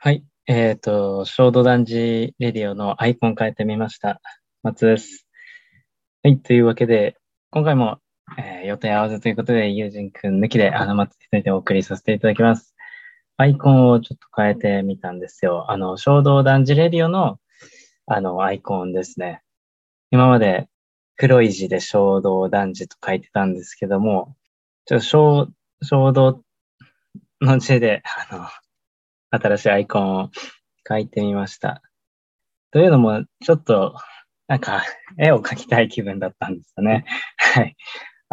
はい。小土団地レディオのアイコン変えてみました。松です。はい。というわけで、今回も、予定合わせということで、友人くん抜きで、松一人でお送りさせていただきます。アイコンをちょっと変えてみたんですよ。小土団地レディオの、アイコンですね。今まで黒い字で小土団地と書いてたんですけども、ちょっと小土の字で、新しいアイコンを書いてみました。というのも、ちょっと、なんか、絵を描きたい気分だったんですよね。はい。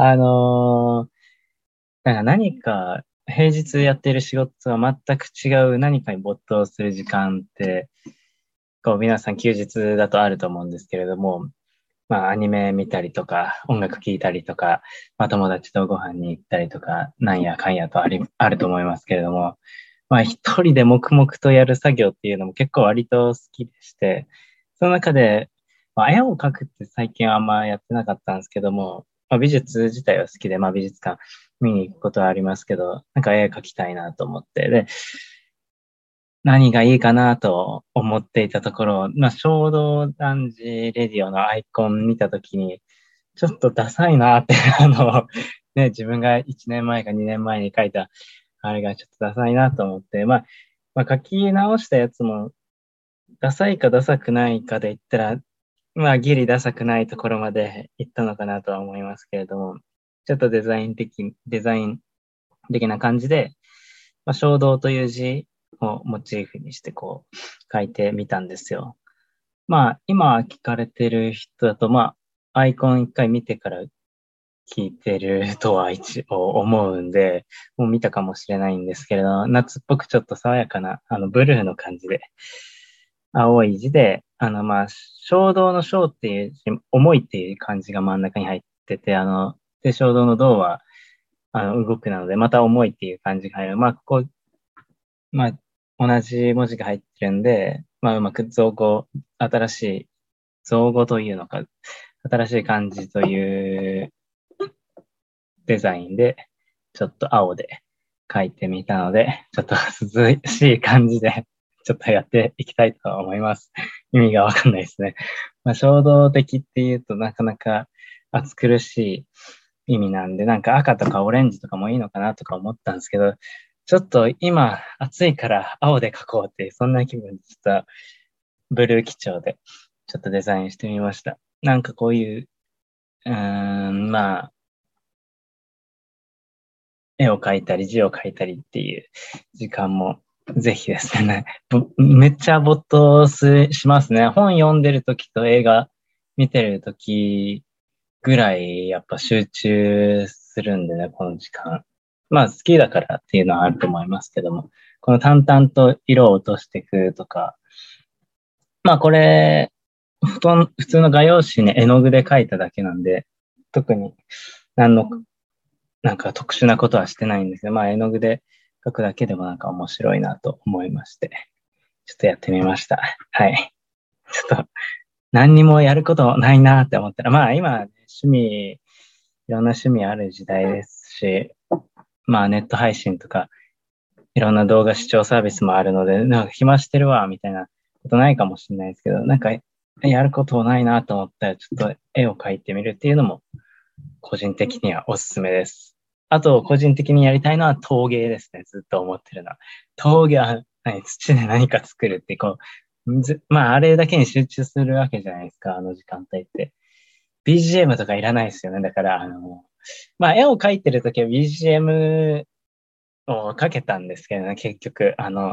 なんか何か、平日やっている仕事とは全く違う何かに没頭する時間って、こう、皆さん休日だとあると思うんですけれども、まあ、アニメ見たりとか、音楽聴いたりとか、まあ、友達とご飯に行ったりとか、なんやかんやとあると思いますけれども、まあ、一人で黙々とやる作業っていうのも結構割と好きでして、その中で、まあ、絵を描くって最近はあんまやってなかったんですけども、まあ、美術自体は好きで、まあ、美術館見に行くことはありますけど、なんか絵描きたいなと思って、で、何がいいかなと思っていたところ、まあ、衝動男児レディオのアイコン見たときに、ちょっとダサいなってね、自分が1年前か2年前に書いた、あれがちょっとダサいなと思って、まあ書き直したやつも、ダサいかダサくないかで言ったら、まあギリダサくないところまで行ったのかなとは思いますけれども、ちょっとデザイン的な感じで、まあ、衝動という字をモチーフにしてこう書いてみたんですよ。まあ今聞かれてる人だと、まあアイコン一回見てから聞いてるとは一応思うんで、もう見たかもしれないんですけれど、夏っぽくちょっと爽やかな、ブルーの感じで、青い字で、まあ、衝動の衝っていう字、重いっていう漢字が真ん中に入ってて、で、衝動の動は、動くなので、また重いっていう漢字が入る。まあ、ここ、まあ、同じ文字が入ってるんで、まあ、うまく新しい造語というのか、新しい漢字というデザインで、ちょっと青で描いてみたので、ちょっと涼しい感じで、ちょっとやっていきたいと思います。意味がわかんないですね。まあ、衝動的っていうとなかなか暑苦しい意味なんで、なんか赤とかオレンジとかもいいのかなとか思ったんですけど、ちょっと今暑いから青で描こうっていう、そんな気分でちょっとブルー基調でちょっとデザインしてみました。なんかこういう、まあ、絵を描いたり字を描いたりっていう時間もぜひですね、めっちゃ没頭しますね。本読んでる時と映画見てる時ぐらいやっぱ集中するんでね、この時間。まあ好きだからっていうのはあると思いますけども、この淡々と色を落としていくとか、まあこれ、普通の画用紙に絵の具で描いただけなんで、特に何のなんか特殊なことはしてないんですけど、まあ絵の具で描くだけでもなんか面白いなと思いまして、ちょっとやってみました。はい。ちょっと何にもやることないなって思ったら、まあ今、いろんな趣味ある時代ですし、まあネット配信とか、いろんな動画視聴サービスもあるので、なんか暇してるわ、みたいなことないかもしれないですけど、なんかやることないなと思ったら、ちょっと絵を描いてみるっていうのも個人的にはおすすめです。あと、個人的にやりたいのは陶芸ですね。ずっと思ってるのは。陶芸は、土で何か作るって、まあ、あれだけに集中するわけじゃないですか、あの時間帯って。BGM とかいらないですよね。だから、まあ、絵を描いてるときは BGM をかけたんですけどね、結局、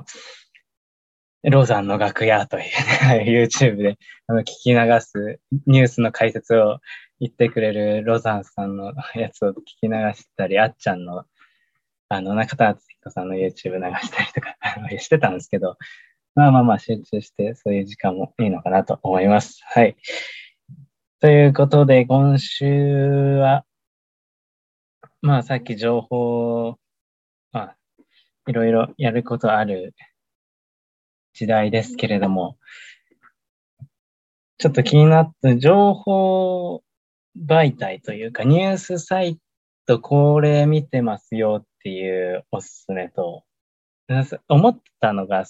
ロザンの楽屋というね、YouTube で聞き流すニュースの解説を言ってくれるロザンさんのやつを聞き流したり、あっちゃんの中田敦彦さんの YouTube 流したりとかしてたんですけど、まあまあまあ集中してそういう時間もいいのかなと思います。はい。ということで、今週は、まあさっき情報、まあいろいろやることある時代ですけれども、ちょっと気になった情報媒体というか、ニュースサイトこれ見てますよっていうおすすめと、 思ったのが、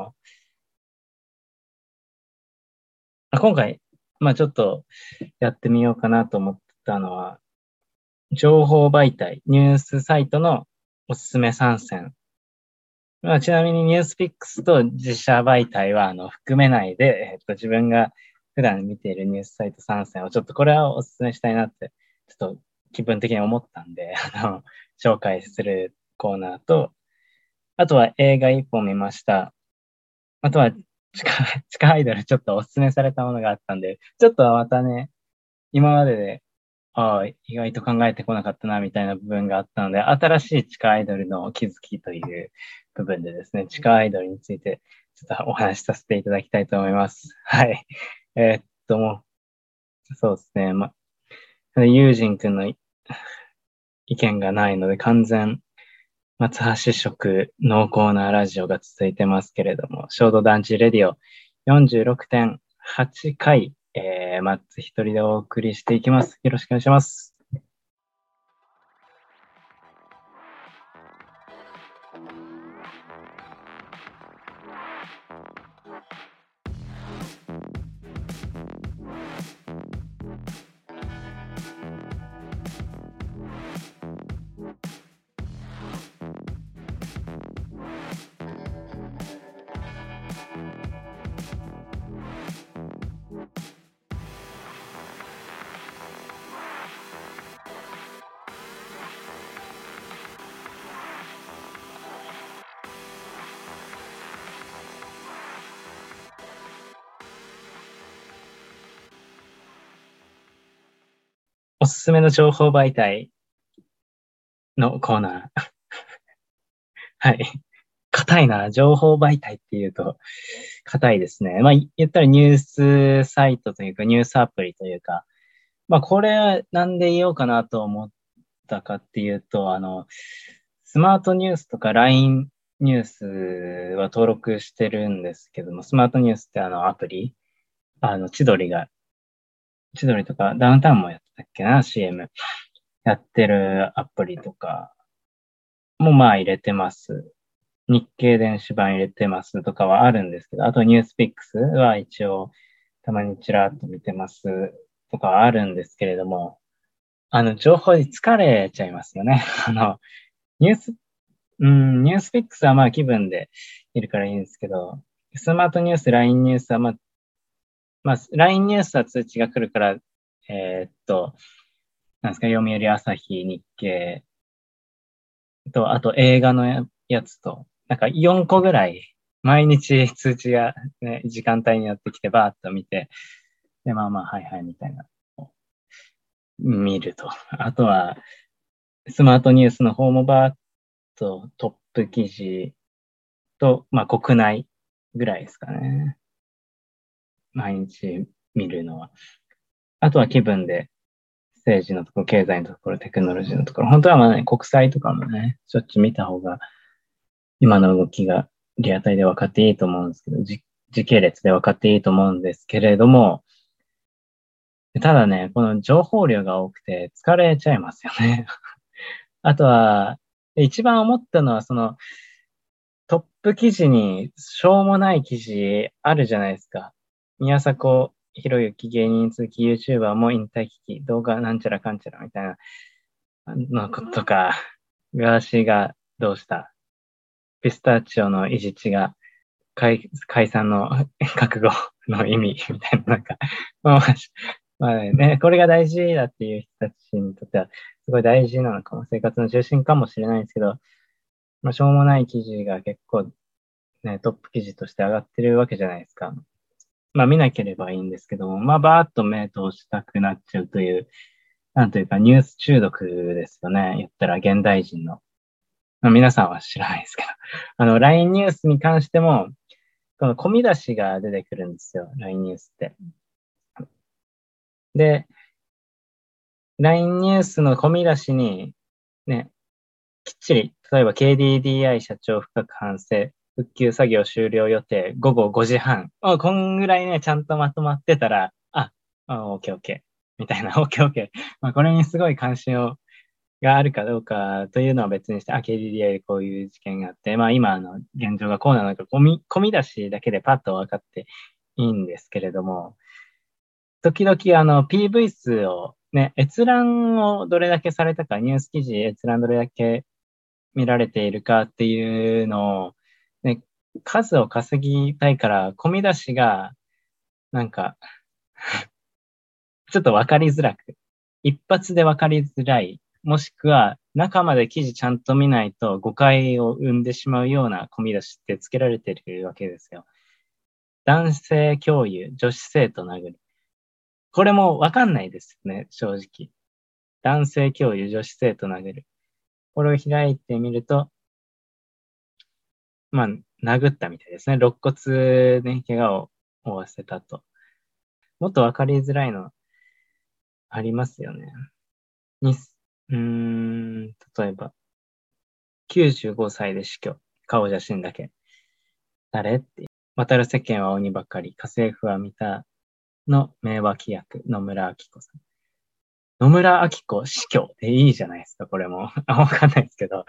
今回、ちょっとやってみようかなと思ったのは、情報媒体、ニュースサイトのおすすめ参戦。ちなみにニュースピックスと自社媒体は含めないで、自分が普段見ているニュースサイト参戦をちょっとこれはおすすめしたいなって、ちょっと気分的に思ったんで、紹介するコーナーと、あとは映画一本見ました。あとは地下アイドルちょっとおすすめされたものがあったんで、ちょっとまたね、今までで、意外と考えてこなかったな、みたいな部分があったので、新しい地下アイドルの気づきという部分でですね、地下アイドルについて、ちょっとお話しさせていただきたいと思います。はい。もそうですね。ユージン君の意見がないので、完全、松橋色濃厚なラジオが続いてますけれども、小動団地レディオ46.8回、松一人でお送りしていきます。よろしくお願いします。おすすめの情報媒体のコーナー。はい。硬いな。情報媒体っていうと、硬いですね。言ったらニュースサイトというか、ニュースアプリというか、これなんで言おうかなと思ったかっていうと、スマートニュースとか LINE ニュースは登録してるんですけども、スマートニュースってアプリ、千鳥とかダウンタウンもやってたっけな、CM。やってるアプリとかも入れてます。日経電子版入れてますとかはあるんですけど、あとニュースピックスは一応たまにちらっと見てますとかはあるんですけれども、情報に疲れちゃいますよね。ニュース、ニュースピックスは気分でいるからいいんですけど、スマートニュース、LINE ニュースはLINE ニュースは通知が来るから、なんですか、読売朝日、日経と、あと映画のやつと、なんか4個ぐらい、毎日通知がね、時間帯にやってきてバーっと見て、で、はいはい、みたいな、見ると。あとは、スマートニュースの方もバーっとトップ記事と、国内ぐらいですかね。毎日見るのは。あとは気分で、政治のところ、経済のところ、テクノロジーのところ、本当は国際とかもね、しょっちゅう見た方が、今の動きがリアタイで分かっていいと思うんですけど、時系列で分かっていいと思うんですけれども、ただね、この情報量が多くて疲れちゃいますよね。あとは、一番思ったのは、トップ記事にしょうもない記事あるじゃないですか。宮迫ひろゆき芸人続き YouTuber も引退危機、動画なんちゃらかんちゃらみたいなのことか、ガーシーがどうした、ピスタチオのいじちが解散の覚悟の意味みたいな、まあ、ね、これが大事だっていう人たちにとっては、すごい大事なのかも、生活の中心かもしれないんですけど、しょうもない記事が結構ね、トップ記事として上がってるわけじゃないですか。見なければいいんですけども、バーッと目通したくなっちゃうという、なんというかニュース中毒ですよね。言ったら現代人の。皆さんは知らないですけど。LINE ニュースに関しても、この込み出しが出てくるんですよ。LINE ニュースって。で、LINE ニュースの込み出しに、ね、きっちり、例えば KDDI 社長深く反省、復旧作業終了予定午後5時半。こんぐらいね、ちゃんとまとまってたら、オッケーオッケー。みたいな、オッケーオッケー。これにすごい関心をがあるかどうかというのは別にして、KDDI でこういう事件があって、今現状がこうなのか、込み出しだけでパッと分かっていいんですけれども、時々PV 数をね、閲覧をどれだけされたか、ニュース記事閲覧どれだけ見られているかっていうのを、ね、数を稼ぎたいから、込み出しが、なんか、ちょっとわかりづらく、一発でわかりづらい、もしくは中まで記事ちゃんと見ないと誤解を生んでしまうような込み出しってつけられているわけですよ。男性教諭、女子生徒殴る。これもわかんないですね、正直。男性教諭、女子生徒殴る。これを開いてみると、まあ、殴ったみたいですね。肋骨に怪我を負わせたと。もっとわかりづらいのありますよね。に、例えば、95歳で死去。顔写真だけ。誰って。渡る世間は鬼ばかり。家政婦は見たの名脇役。野村明子さん。野村明子死去でいいじゃないですか、これも。わかんないですけど。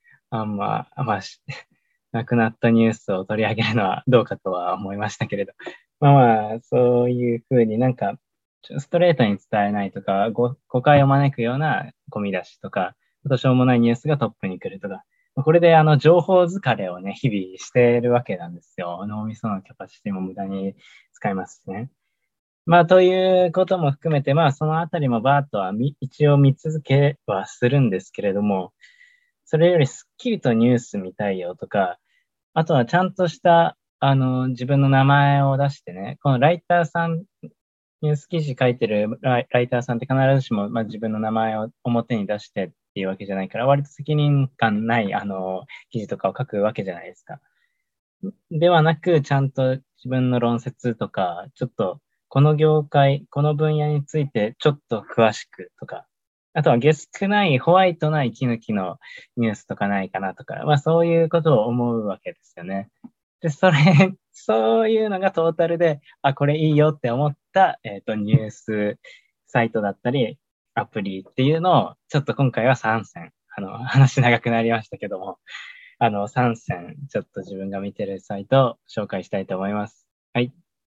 亡くなったニュースを取り上げるのはどうかとは思いましたけれど。そういうふうになんか、ストレートに伝えないとか、誤解を招くようなゴミ出しとか、あとしょうもないニュースがトップに来るとか、これで情報疲れをね、日々しているわけなんですよ。脳みそのキャパシティも無駄に使いますしね。ということも含めて、そのあたりもバーッとは一応見続けはするんですけれども、それよりスッキリとニュース見たいよとか、あとはちゃんとした、自分の名前を出してね、このライターさん、ニュース記事書いてるライターさんって必ずしも、自分の名前を表に出してっていうわけじゃないから、割と責任感ない、記事とかを書くわけじゃないですか。ではなく、ちゃんと自分の論説とか、ちょっと、この業界、この分野についてちょっと詳しくとか、あとはゲス少ない、ホワイトな息抜きのニュースとかないかなとか、そういうことを思うわけですよね。で、そういうのがトータルで、これいいよって思った、ニュースサイトだったり、アプリっていうのを、ちょっと今回は参戦。話長くなりましたけども、3選、ちょっと自分が見てるサイトを紹介したいと思います。はい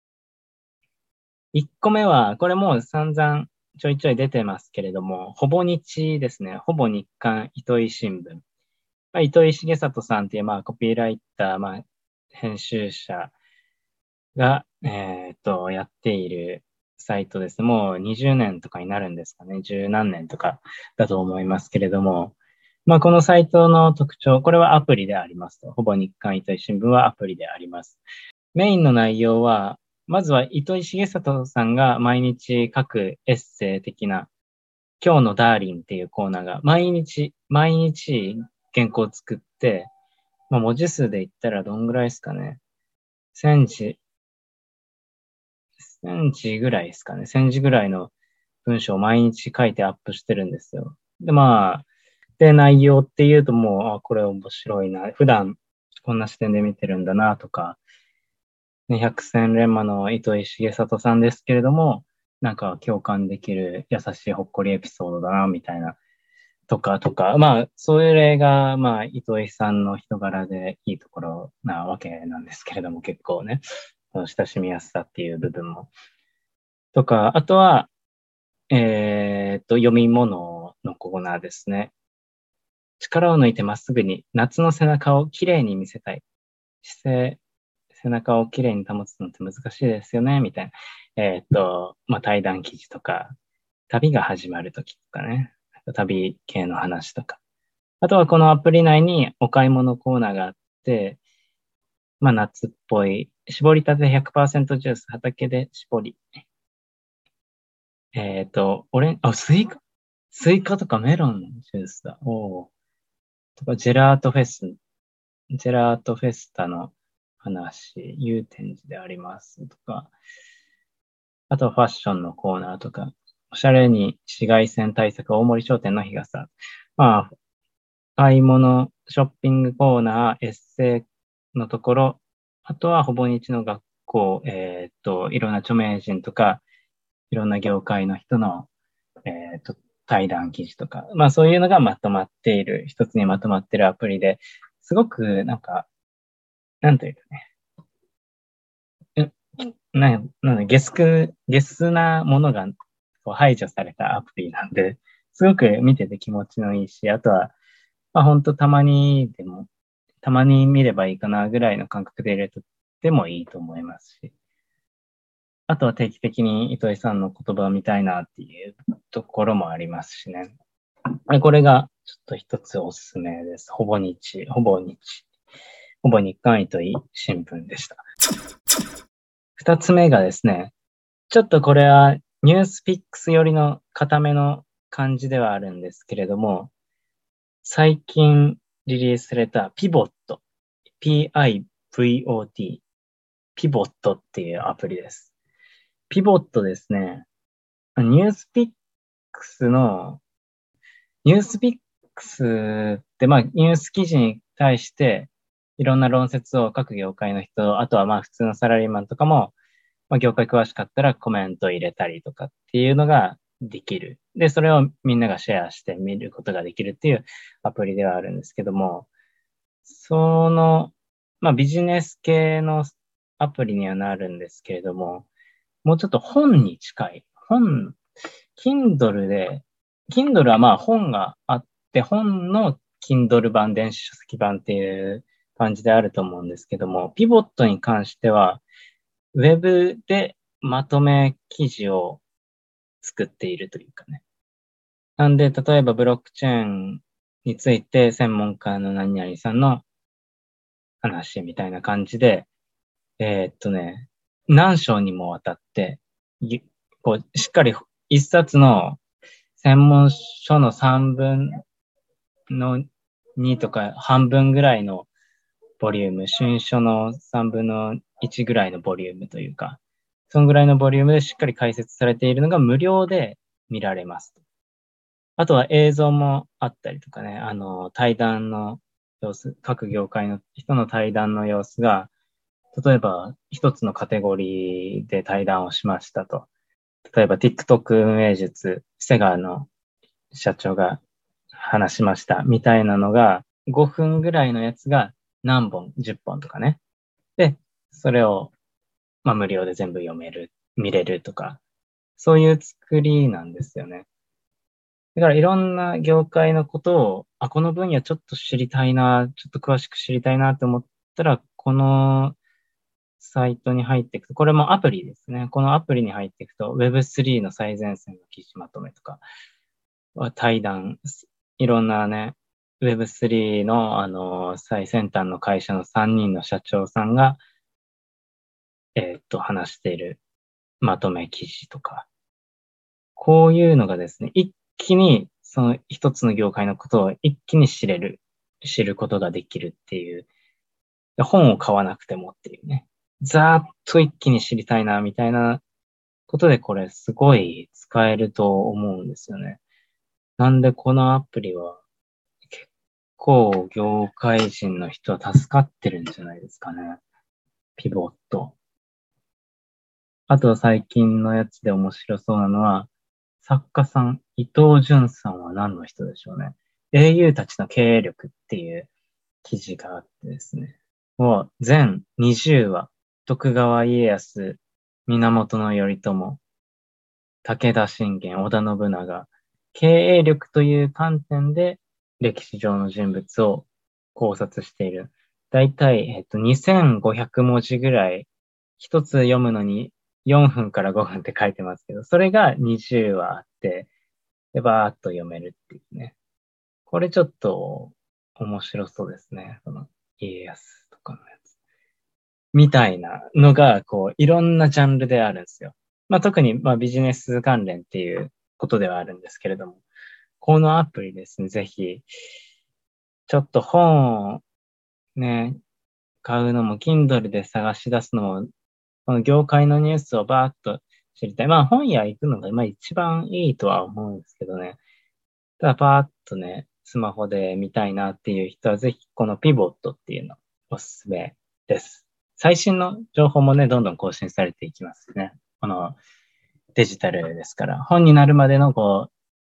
。1個目は、これもう散々ちょいちょい出てますけれども、ほぼ日ですね。ほぼ日刊糸井新聞。糸井重里さんっていう、コピーライター、編集者が、やっているサイトです。もう20年とかになるんですかね。十何年とかだと思いますけれども、このサイトの特徴、これはアプリでありますと。ほぼ日刊糸井新聞はアプリであります。メインの内容は、まずは糸井重里さんが毎日書くエッセイ的な、今日のダーリンっていうコーナーが、毎日原稿を作って、文字数で言ったらどんぐらいですかね。1000字、1000字ぐらいですかね。1000字ぐらいの文章を毎日書いてアップしてるんですよ。で、内容っていうともう、これ面白いな。普段こんな視点で見てるんだなとか、ね、百戦錬磨の糸井重里さんですけれども、なんか共感できる優しいほっこりエピソードだな、みたいな。とか、それが、糸井さんの人柄でいいところなわけなんですけれども、結構ね、親しみやすさっていう部分も。とか、あとは、読み物のコーナーですね。力を抜いてまっすぐに、夏の背中をきれいに見せたい。姿勢、背中をきれいに保つのって難しいですよね、みたいな。対談記事とか、旅が始まるときとかね、旅系の話とか。あとはこのアプリ内にお買い物コーナーがあって、夏っぽい、絞りたて100%ジュース、畑で絞り。スイカとかメロンのジュースだ。とか、ジェラートフェスタの話、祐天寺でありますとか、あとはファッションのコーナーとか、おしゃれに紫外線対策大森商店の日傘。買い物、ショッピングコーナー、エッセイのところ、あとはほぼ日の学校、いろんな著名人とか、いろんな業界の人の、 対談記事とか、まあそういうのがまとまっている、一つにまとまっているアプリで、すごくなんか、なんというかね、ゲスなものがこう排除されたアプリなんで、すごく見てて気持ちのいいし、あとは、まあ本当たまに見ればいいかなぐらいの感覚で入れててもいいと思いますし、あとは定期的に糸井さんの言葉を見たいなっていうところもありますしね。これがちょっと一つおすすめです。ほぼ日刊糸井新聞でした。二つ目がですね、ちょっとこれはニュースピックス寄りの固めの感じではあるんですけれども、最近リリースされたピボット、PIVOT、ピボットっていうアプリです。ピボットですね、ニュースピックスの、ニュースピックスって、まあ、ニュース記事に対して、いろんな論説を各業界の人、あとはまあ普通のサラリーマンとかも、まあ、業界詳しかったらコメントを入れたりとかっていうのができる。で、それをみんながシェアして見ることができるっていうアプリではあるんですけども、その、まあビジネス系のアプリにはなるんですけれども、もうちょっと本に近い。Kindle で、Kindle はまあ本があって、本の Kindle 版、電子書籍版っていう感じであると思うんですけども、ピボットに関しては、ウェブでまとめ記事を作っているというかね。なんで、例えばブロックチェーンについて専門家の何々さんの話みたいな感じで、何章にもわたって、こう、しっかり一冊の専門書の3分の2とか半分ぐらいのボリューム、新書の3分の1ぐらいのボリュームというか、そのぐらいのボリュームでしっかり解説されているのが無料で見られます。あとは映像もあったりとかね、対談の様子、各業界の人の対談の様子が、例えば一つのカテゴリーで対談をしましたと。例えば TikTok 運営術、セガの社長が話しましたみたいなのが、5分ぐらいのやつが何本、10本とかね。で、それを、まあ、無料で全部見れるとか、そういう作りなんですよね。だからいろんな業界のことを、この分野ちょっと知りたいな、ちょっと詳しく知りたいなって思ったら、このサイトに入っていくと、これもアプリですね。このアプリに入っていくと、Web3 の最前線の記事まとめとか、対談、いろんなね、Web3 の、最先端の会社の3人の社長さんが、話しているまとめ記事とか、こういうのがですね、一気に、その一つの業界のことを一気に知ることができるっていう、本を買わなくてもっていうね、ざーっと一気に知りたいな、みたいなことでこれすごい使えると思うんですよね。なんでこのアプリは結構業界人の人は助かってるんじゃないですかね。ピボット。あと最近のやつで面白そうなのは、作家さん、伊藤潤さんは何の人でしょうね。英雄たちの経営力っていう記事があってですね。もう全20話、徳川家康、源頼朝、武田信玄、織田信長、経営力という観点で歴史上の人物を考察している。だいたい、2500文字ぐらい、一つ読むのに4分から5分って書いてますけど、それが20話あって、で、バーっと読めるっていうね。これちょっと面白そうですね。その家康とかのやつ。みたいなのが、こう、いろんなジャンルであるんですよ。まあ特に、まあビジネス関連っていうことではあるんですけれども、このアプリですね、ぜひ、ちょっと本をね、買うのも、Kindle で探し出すのも、この業界のニュースをバーッと知りたい。まあ本屋行くのが、まあ一番いいとは思うんですけどね。ただパーッとね、スマホで見たいなっていう人は、ぜひこのピボットっていうのおすすめです。最新の情報もね、どんどん更新されていきますね。このデジタルですから、本になるまでのこう、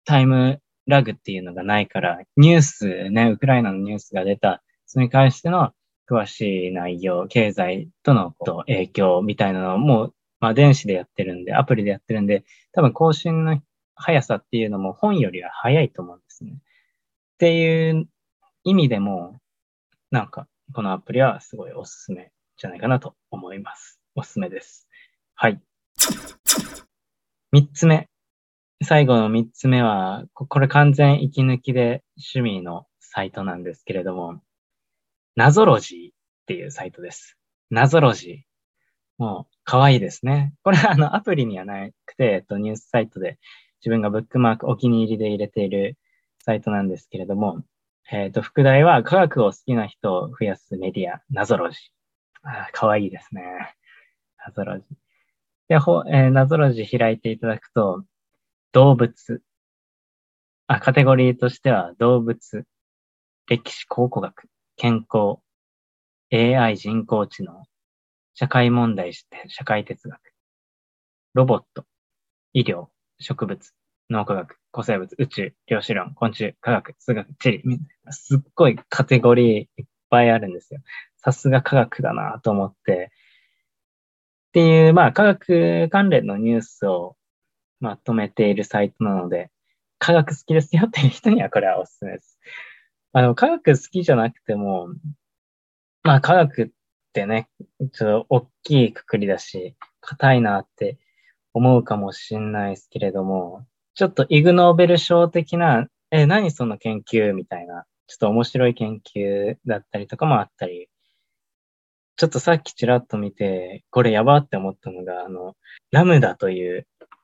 タイムラグっていうのがないから、ニュースね、ウクライナのニュースが出た、それに関しての詳しい内容、経済との影響みたいなのをもう、まあ電子でやってるんで、アプリでやってるんで、多分更新の速さっていうのも本よりは速いと思うんですね。っていう意味でも、なんか、このアプリはすごいおすすめじゃないかなと思います。おすすめです。はい。三つ目。最後の三つ目は、これ完全息抜きで趣味のサイトなんですけれども、ナゾロジーっていうサイトです。ナゾロジー。もう、可愛いですね。これはアプリにはなくて、ニュースサイトで自分がブックマークお気に入りで入れているサイトなんですけれども、副題は科学を好きな人を増やすメディア、ナゾロジー。可愛いですね。ナゾロジー。で、ナゾロジー開いていただくと、動物。カテゴリーとしては、動物、歴史考古学、健康、AI 人工知能、社会問題視点、社会哲学、ロボット、医療、植物、脳科学、古生物、宇宙、量子論、昆虫、科学、数学、地理、すっごいカテゴリーいっぱいあるんですよ。さすが科学だなと思って。っていう、まあ、科学関連のニュースをまとめているサイトなので、科学好きですよっていう人にはこれはおすすめです。科学好きじゃなくても、まあ科学ってね、ちょっと大きいくくりだし、硬いなって思うかもしれないですけれども、ちょっとイグノーベル賞的な、何その研究みたいな、ちょっと面白い研究だったりとかもあったり、ちょっとさっきちらっと見て、これやばって思ったのが、ラムダという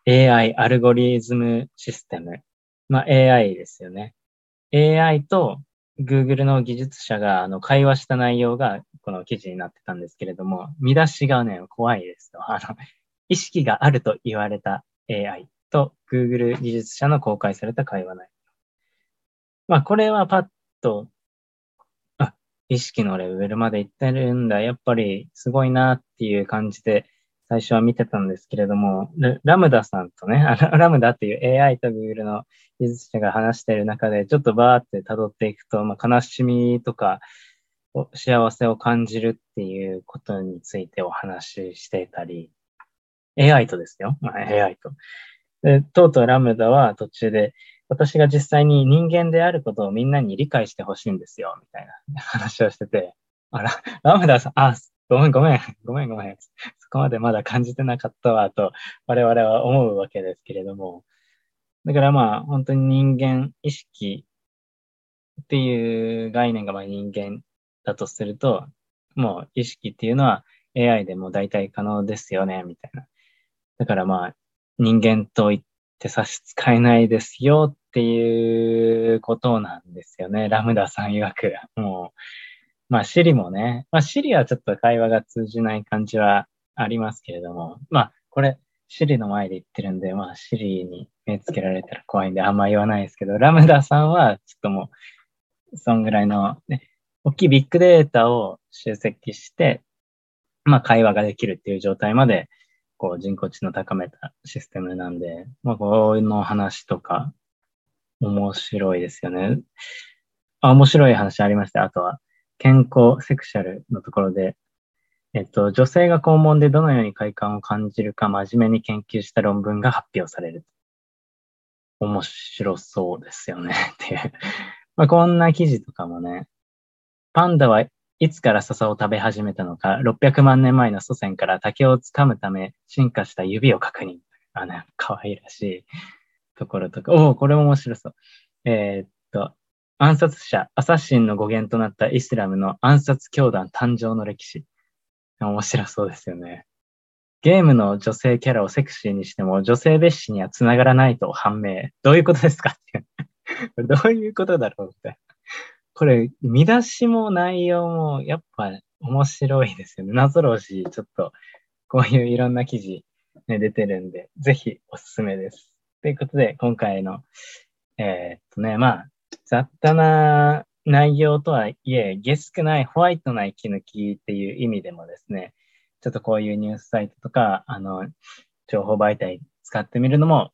AI アルゴリズムシステム。まあ AI ですよね。AI と Google の技術者が会話した内容がこの記事になってたんですけれども、見出しがね、怖いですと。意識があると言われた AI と Google 技術者の公開された会話内容。まあこれはパッと、意識のレベルまで行ってるんだ。やっぱりすごいなっていう感じで最初は見てたんですけれども、ラムダさんとね、ラムダっていう AI と Google の技術者が話している中で、ちょっとバーって辿っていくと、まあ、悲しみとか幸せを感じるっていうことについてお話ししていたり、AI とですよ。まあ、AI と。で、とうとうラムダは途中で、私が実際に人間であることをみんなに理解してほしいんですよ、みたいな話をしてて、ラムダさん、ごめん。そこまでまだ感じてなかったわ、と我々は思うわけですけれども。だからまあ、本当に人間意識っていう概念がまあ人間だとすると、もう意識っていうのは AI でも大体可能ですよね、みたいな。だからまあ、人間と言って差し支えないですよっていうことなんですよね。ラムダさん曰く。もう、まあ、シリもね、まあ、シリはちょっと会話が通じない感じはありますけれども、まあ、これ、シリの前で言ってるんで、まあ、シリに目つけられたら怖いんであんま言わないですけど、ラムダさんはちょっともう、そんぐらいの、ね、大きいビッグデータを集積して、まあ、会話ができるっていう状態まで、こう、人工知能を高めたシステムなんで、まあ、この話とか、面白いですよね。面白い話ありました。あとは、健康、セクシャルのところで、女性が肛門でどのように快感を感じるか真面目に研究した論文が発表される。面白そうですよね。っていう。まあ、こんな記事とかもね、パンダはいつから笹を食べ始めたのか、600万年前の祖先から竹をつかむため進化した指を確認。可愛らしいところとか、これも面白そう。暗殺者、アサシンの語源となったイスラムの暗殺教団誕生の歴史。面白そうですよね。ゲームの女性キャラをセクシーにしても女性蔑視にはつながらないと判明。どういうことですかっていう。これどういうことだろうって。これ、見出しも内容もやっぱ面白いですよね。謎ろし、ちょっとこういういろんな記事、ね、出てるんで、ぜひおすすめです。ということで、今回の、まあ、雑多な内容とはいえ、ゲスくない、ホワイトな息抜きっていう意味でもですね、ちょっとこういうニュースサイトとか、情報媒体使ってみるのも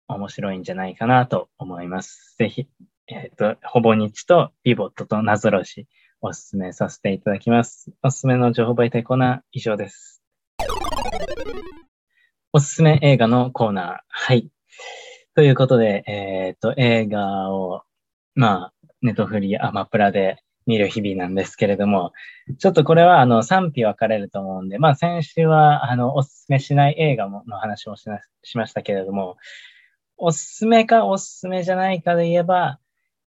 面白いんじゃないかなと思います。ぜひ、ほぼ日とピボットとなぞろしおすすめさせていただきます。おすすめの情報媒体コーナー以上です。おすすめ映画のコーナー。はい。ということで、映画を、ネトフリ、アマプラで見る日々なんですけれども、ちょっとこれは、賛否分かれると思うんで、先週は、おすすめしない映画の話もしましたけれども、おすすめかおすすめじゃないかで言えば、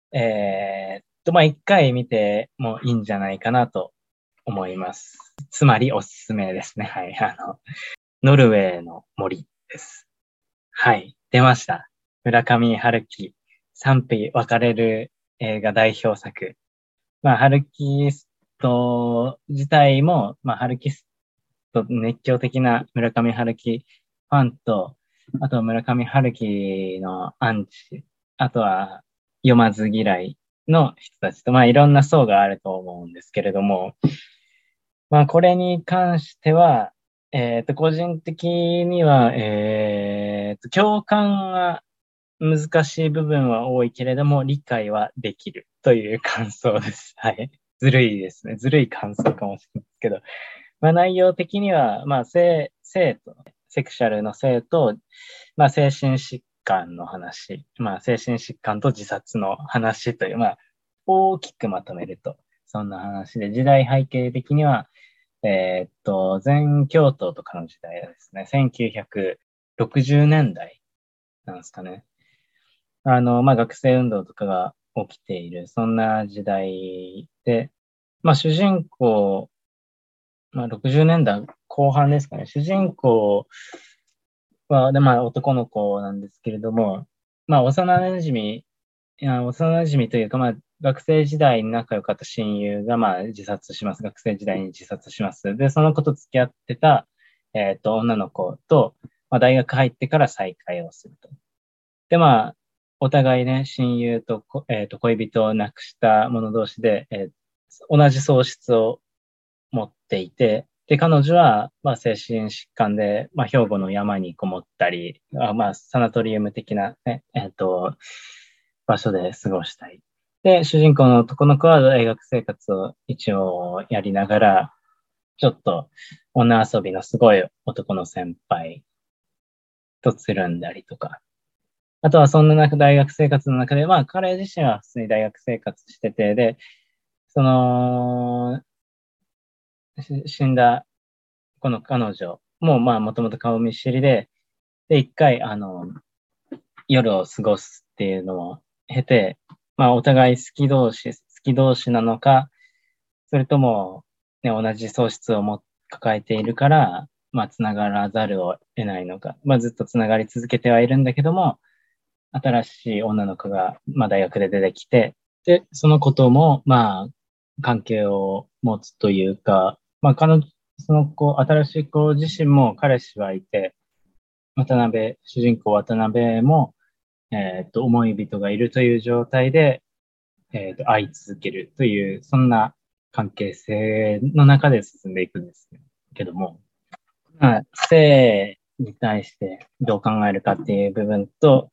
一回見てもいいんじゃないかなと思います。つまりおすすめですね。はい。ノルウェーの森です。はい。出ました。村上春樹、賛否分かれる映画代表作。春樹スト自体も、春樹スト熱狂的な村上春樹ファンと、あと村上春樹のアンチ、あとは読まず嫌いの人たちと、いろんな層があると思うんですけれども、これに関しては、個人的には、共感が難しい部分は多いけれども、理解はできるという感想です。はい。ずるいですね。ずるい感想かもしれないですけど、内容的には、性と、セクシャルの性と、精神疾患の話、精神疾患と自殺の話という、大きくまとめると、そんな話で、時代背景的には、全教頭とかの時代ですね。1960年代なんですかね。学生運動とかが起きている、そんな時代で、主人公、60年代後半ですかね。主人公は、男の子なんですけれども、幼馴染み、幼馴染みというか、学生時代に仲良かった親友が、自殺します。学生時代に自殺します。で、その子と付き合ってた、女の子と、大学入ってから再会をすると。で、お互いね、親友と恋人を亡くした者同士で、同じ喪失を持っていて、で、彼女は、精神疾患で、兵庫の山にこもったり、サナトリウム的なね、場所で過ごしたり。で、主人公の男の子は大学生活を一応やりながら、ちょっと女遊びのすごい男の先輩とつるんだりとか。あとはそんな中、大学生活の中で、彼自身は普通に大学生活してて、で、その、死んだこの彼女も、もともと顔見知りで、一回、夜を過ごすっていうのを経て、お互い好き同士なのか、それとも、ね、同じ喪失を抱えているから、繋がらざるを得ないのか、ずっと繋がり続けてはいるんだけども、新しい女の子が、大学で出てきて、で、そのことも、関係を持つというか、その子、新しい子自身も彼氏はいて、主人公渡辺も、思い人がいるという状態で、会い続けるという、そんな関係性の中で進んでいくんですけども、性に対してどう考えるかっていう部分と、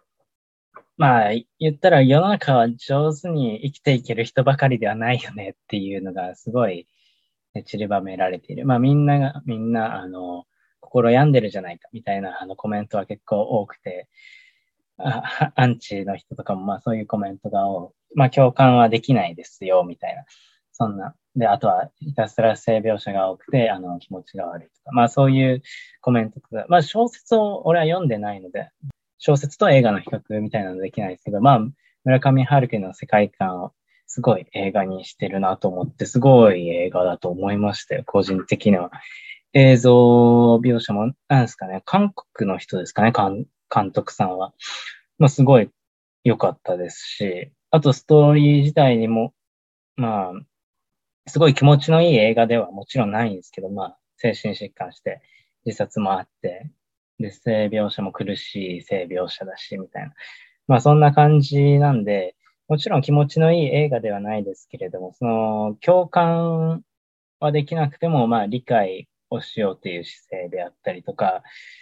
言ったら世の中は上手に生きていける人ばかりではないよねっていうのがすごい散りばめられている。みんな、心病んでるじゃないかみたいなコメントは結構多くて、アンチの人とかもそういうコメントが多い。共感はできないですよ、みたいな。そんな。で、あとはひたすら性描写が多くて、気持ちが悪いとか。そういうコメントとか。小説を俺は読んでないので、小説と映画の比較みたいなのできないですけど、村上春樹の世界観をすごい映画にしてるなと思って、すごい映画だと思いましたよ、個人的には。映像描写も、なんですかね、韓国の人ですかね、監督さんは。すごい良かったですし、あとストーリー自体にも、ますごい気持ちのいい映画ではもちろんないんですけど、精神疾患して自殺もあって、で、性描写も苦しい性描写だし、みたいな。そんな感じなんで、もちろん気持ちのいい映画ではないですけれども、その、共感はできなくても、理解をしようという姿勢であったりとか、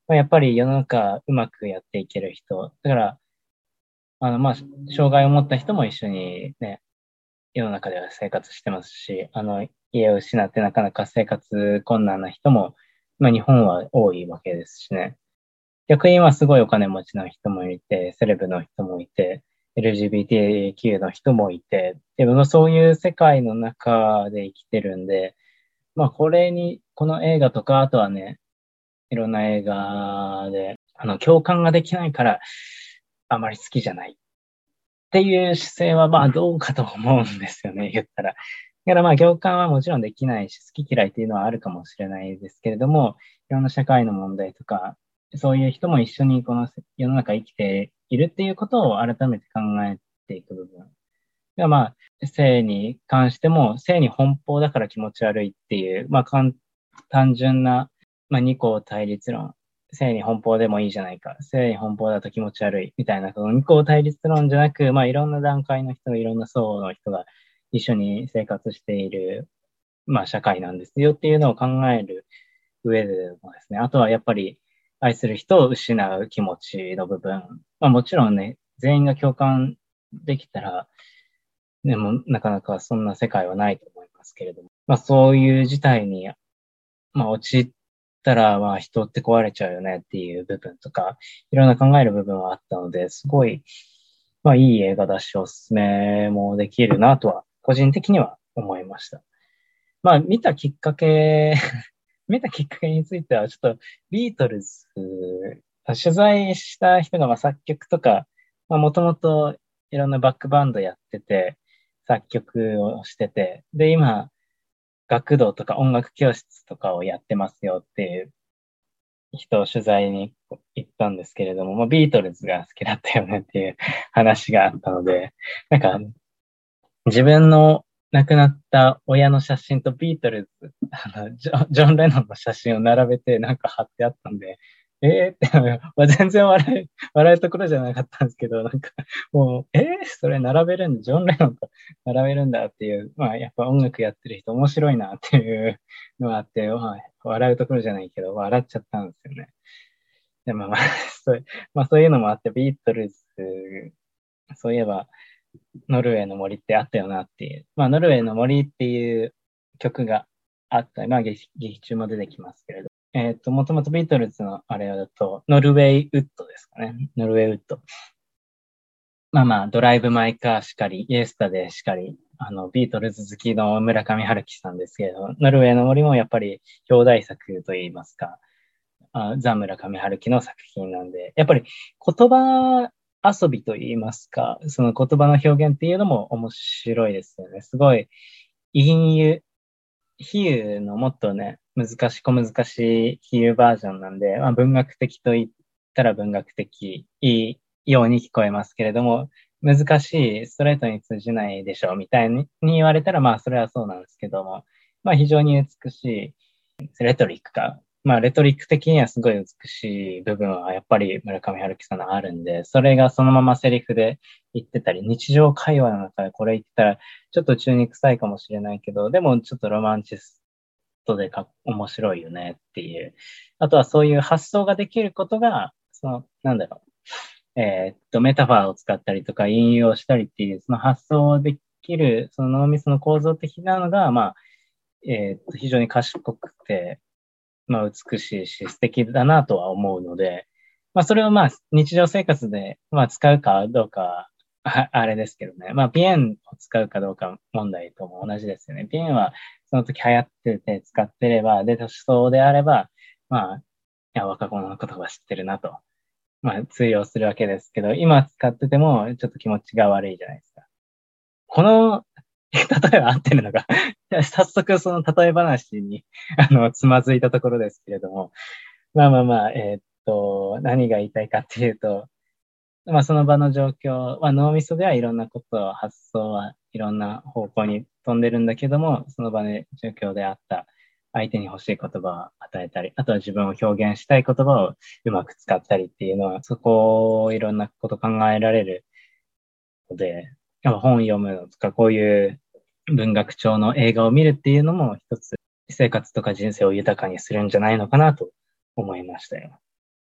まあ、やっぱり世の中うまくやっていける人、だから、まあ、障害を持った人も一緒にね、世の中では生活してますし、家を失ってなかなか生活困難な人も、まあ日本は多いわけですしね。逆に今すごいお金持ちの人もいて、セレブの人もいて、LGBTQ の人もいて、でもそういう世界の中で生きてるんで、まあこの映画とか、あとはね、いろんな映画で、共感ができないから、あまり好きじゃないっていう姿勢はまあどうかと思うんですよね、言ったら。だからまあ共感はもちろんできないし、好き嫌いっていうのはあるかもしれないですけれども、いろんな社会の問題とか、そういう人も一緒にこの世の中生きているっていうことを改めて考えていく部分。でまあ、性に関しても、性に奔放だから気持ち悪いっていう、まあ単純な、まあ二項対立論。性に奔放でもいいじゃないか。性に奔放だと気持ち悪い。みたいな、その二項対立論じゃなく、まあいろんな段階の人、いろんな層の人が一緒に生活している、まあ社会なんですよっていうのを考える上でもですね、あとはやっぱり愛する人を失う気持ちの部分。まあもちろんね、全員が共感できたら、でもなかなかそんな世界はないと思いますけれども、まあそういう事態に、まあ陥ったら、まあ人って壊れちゃうよねっていう部分とか、いろんな考える部分はあったので、すごい、まあいい映画だし、おすすめもできるなとは、個人的には思いました。まあ見たきっかけについては、ちょっとビートルズ、取材した人がまあ作曲とか、まあもともといろんなバックバンドやってて、作曲をしてて、で、今、学童とか音楽教室とかをやってますよっていう人を取材に行ったんですけれども、まあ、ビートルズが好きだったよねっていう話があったので、なんか自分の亡くなった親の写真とビートルズ、ジョン・レノンの写真を並べてなんか貼ってあったんで、って、まあ、全然笑うところじゃなかったんですけど、なんかもう、それ並べるんだ、ジョン・レノンと並べるんだっていう、まあやっぱ音楽やってる人面白いなっていうのがあって、まあ、笑うところじゃないけど、笑っちゃったんですよね。でもまあ、そういうのもあって、ビートルズ、そういえば、ノルウェーの森ってあったよなっていう。まあ、ノルウェーの森っていう曲があった。まあ、劇中も出てきますけれど。もともとビートルズのあれだと、ノルウェーウッドですかね。ノルウェーウッド。まあまあ、ドライブ・マイ・カーしかり、イエスタデーしかり、ビートルズ好きの村上春樹さんですけれど、ノルウェーの森もやっぱり表題作といいますか、ザ・村上春樹の作品なんで、やっぱり言葉遊びといいますか、その言葉の表現っていうのも面白いですよね。すごい、隠喩、比喩のもっとね、小難しい比喩バージョンなんで、まあ、文学的と言ったら文学的いいように聞こえますけれども、難しい、ストレートに通じないでしょうみたいに言われたら、まあ、それはそうなんですけども、まあ、非常に美しいレトリックか。まあ、レトリック的にはすごい美しい部分はやっぱり村上春樹さんのあるんで、それがそのままセリフで言ってたり、日常会話の中でこれ言ってたら、ちょっと中に臭いかもしれないけど、でもちょっとロマンチストで面白いよねっていう。あとはそういう発想ができることが、なんだろう。メタファーを使ったりとか、引用したりっていう、その発想できる、その脳みその構造的なのが、まあ、非常に賢くて、まあ、美しいし素敵だなとは思うので、まあ、それをまあ、日常生活で、まあ、使うかどうか、あれですけどね。まあ、ピエンを使うかどうか問題とも同じですよね。ピエンはその時流行ってて使ってれば、で、年相であれば、まあ、いや、若者の言葉知ってるなと、まあ、通用するわけですけど、今使ってても、ちょっと気持ちが悪いじゃないですか。この例えば合ってるのが早速その例え話に、つまずいたところですけれども、まあまあまあ、何が言いたいかっていうと、まあその場の状況、まあ脳みそではいろんなことを発想はいろんな方向に飛んでるんだけども、その場で状況であった相手に欲しい言葉を与えたり、あとは自分を表現したい言葉をうまく使ったりっていうのは、そこをいろんなこと考えられるので、やっぱ本読むのとか、こういう文学調の映画を見るっていうのも一つ生活とか人生を豊かにするんじゃないのかなと思いましたよ。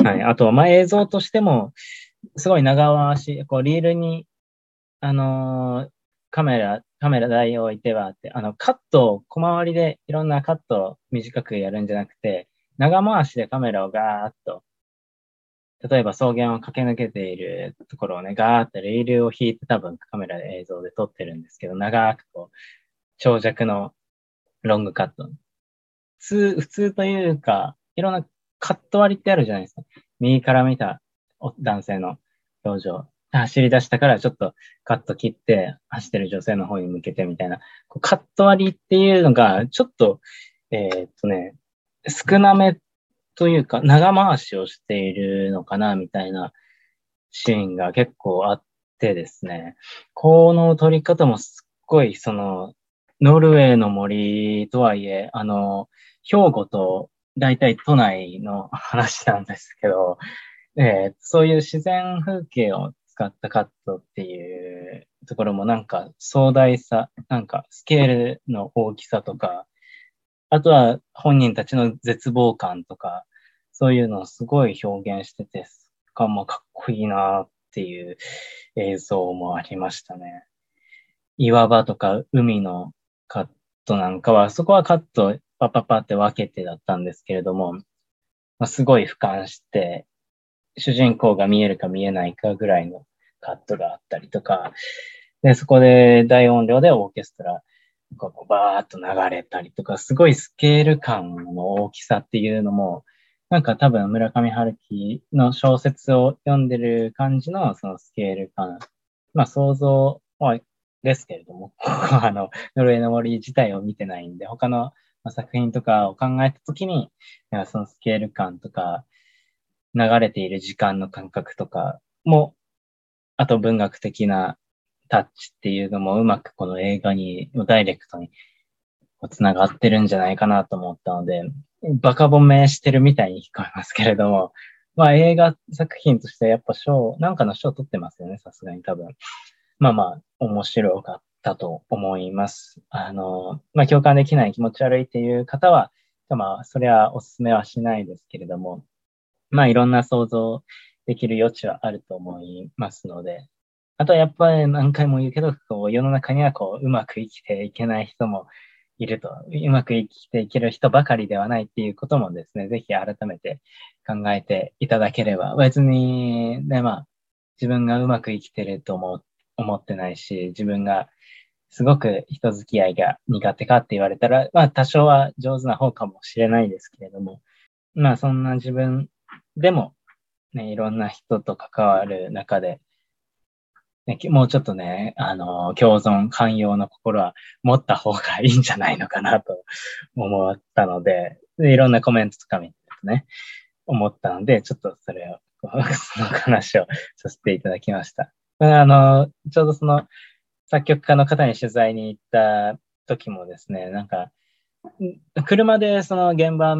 はい。あと、まあ、映像としても、すごい長回し、こう、リールに、あのーカメラ台を置いてはって、カットを小回りでいろんなカットを短くやるんじゃなくて、長回しでカメラをガーッと、例えば草原を駆け抜けているところをね、ガーッとレールを引いて多分カメラで映像で撮ってるんですけど、長くこう、長尺のロングカット。普通というか、いろんなカット割りってあるじゃないですか。右から見た男性の表情。走り出したからちょっとカット切って走ってる女性の方に向けてみたいな。こうカット割りっていうのがちょっと、ね、少なめというか長回しをしているのかなみたいなシーンが結構あってですね。この撮り方もすっごいノルウェーの森とはいえ、兵庫と大体都内の話なんですけど、そういう自然風景を使ったカットっていうところもなんか壮大さ、なんかスケールの大きさとか、あとは本人たちの絶望感とか、そういうのをすごい表現してて、かっこいいなっていう映像もありましたね。岩場とか海のカットなんかは、そこはカットパッパッパって分けてだったんですけれども、まあ、すごい俯瞰して、主人公が見えるか見えないかぐらいのカットがあったりとか、で、そこで大音量でオーケストラ、こうバーっと流れたりとか、すごいスケール感の大きさっていうのも、なんか多分村上春樹の小説を読んでる感じのそのスケール感。まあ想像はですけれども、ノルウェーの森自体を見てないんで、他の作品とかを考えたときに、そのスケール感とか、流れている時間の感覚とかも、あと文学的なタッチっていうのもうまくこの映画に、ダイレクトにつながってるんじゃないかなと思ったので、バカ褒めしてるみたいに聞こえますけれども、まあ映画作品としてやっぱなんかの賞を取ってますよね、さすがに多分。まあまあ、面白かったと思います。まあ共感できない気持ち悪いっていう方は、まあ、それはお勧めはしないですけれども、まあいろんな想像できる余地はあると思いますので、あとはやっぱり何回も言うけど、こう世の中にはこううまく生きていけない人もいると、うまく生きていける人ばかりではないっていうこともですね、ぜひ改めて考えていただければ、別にね、まあ自分がうまく生きてると思ってないし、自分がすごく人付き合いが苦手かって言われたら、まあ多少は上手な方かもしれないですけれども、まあそんな自分でもね、いろんな人と関わる中で、ね、もうちょっとね、共存、寛容の心は持った方がいいんじゃないのかなと思ったので、いろんなコメントとか見てね、思ったので、ちょっとそれを、その話をさせていただきました。ちょうどその作曲家の方に取材に行った時もですね、なんか、車でその現場、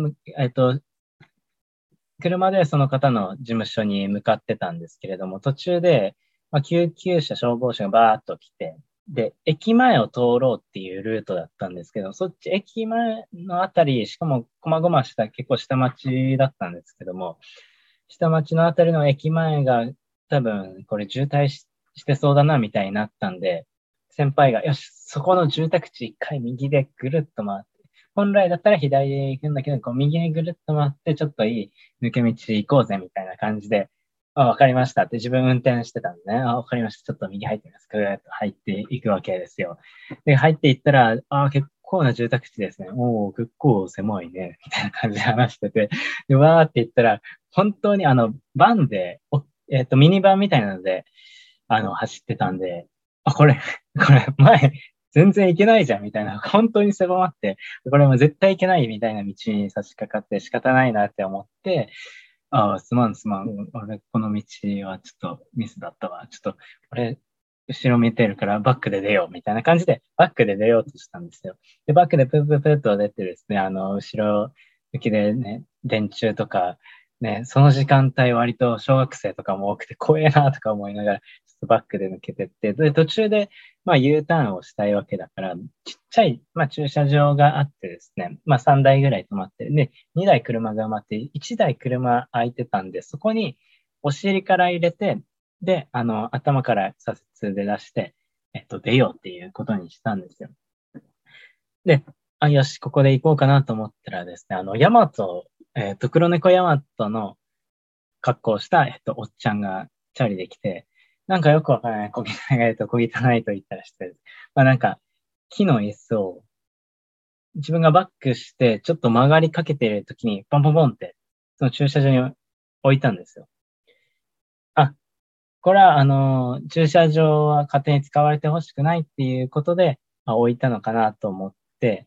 車でその方の事務所に向かってたんですけれども、途中で、まあ、救急車、消防車がバーッと来て、で、駅前を通ろうっていうルートだったんですけど、そっち駅前のあたり、しかも細々した結構下町だったんですけども、下町のあたりの駅前が多分これ渋滞してそうだなみたいになったんで、先輩が、よし、そこの住宅地一回右でぐるっと回って、本来だったら左で行くんだけど、こう右にぐるっと回って、ちょっといい抜け道行こうぜみたいな感じで、わかりましたって自分運転してたんでね。わかりました。ちょっと右入ってみます。ぐーっと入っていくわけですよ。で、入っていったら、結構な住宅地ですね。おお、結構狭いね。みたいな感じで話してて。で、わーって言ったら、本当にバンで、ミニバンみたいなので、走ってたんで、これ、前、全然行けないじゃん、みたいな。本当に狭まって、これも絶対行けないみたいな道に差し掛かって仕方ないなって思って、すまんすまん。俺、この道はちょっとミスだったわ。ちょっと、俺、後ろ見てるからバックで出ようみたいな感じで、バックで出ようとしたんですよ。で、バックでプープープーと出てですね、後ろ向きでね、電柱とか、 ね、その時間帯割と小学生とかも多くて怖えなとか思いながら、ちょっとバックで抜けてって、で、途中で、まあ U ターンをしたいわけだから、ちっちゃい、まあ駐車場があってですね、まあ3台ぐらい止まって、で、2台車が止まって、1台車空いてたんで、そこにお尻から入れて、で、頭から左折で出して、出ようっていうことにしたんですよ。で、あ、よし、ここで行こうかなと思ったらですね、ヤマト、黒猫ヤマトの格好をした、おっちゃんがチャリで来て、なんかよくわからない小汚小汚いと言ったらして、まあなんか、木の椅子を自分がバックして、ちょっと曲がりかけている時に、ポンポンポンって、その駐車場に置いたんですよ。あ、これは、駐車場は勝手に使われてほしくないっていうことで、まあ、置いたのかなと思って、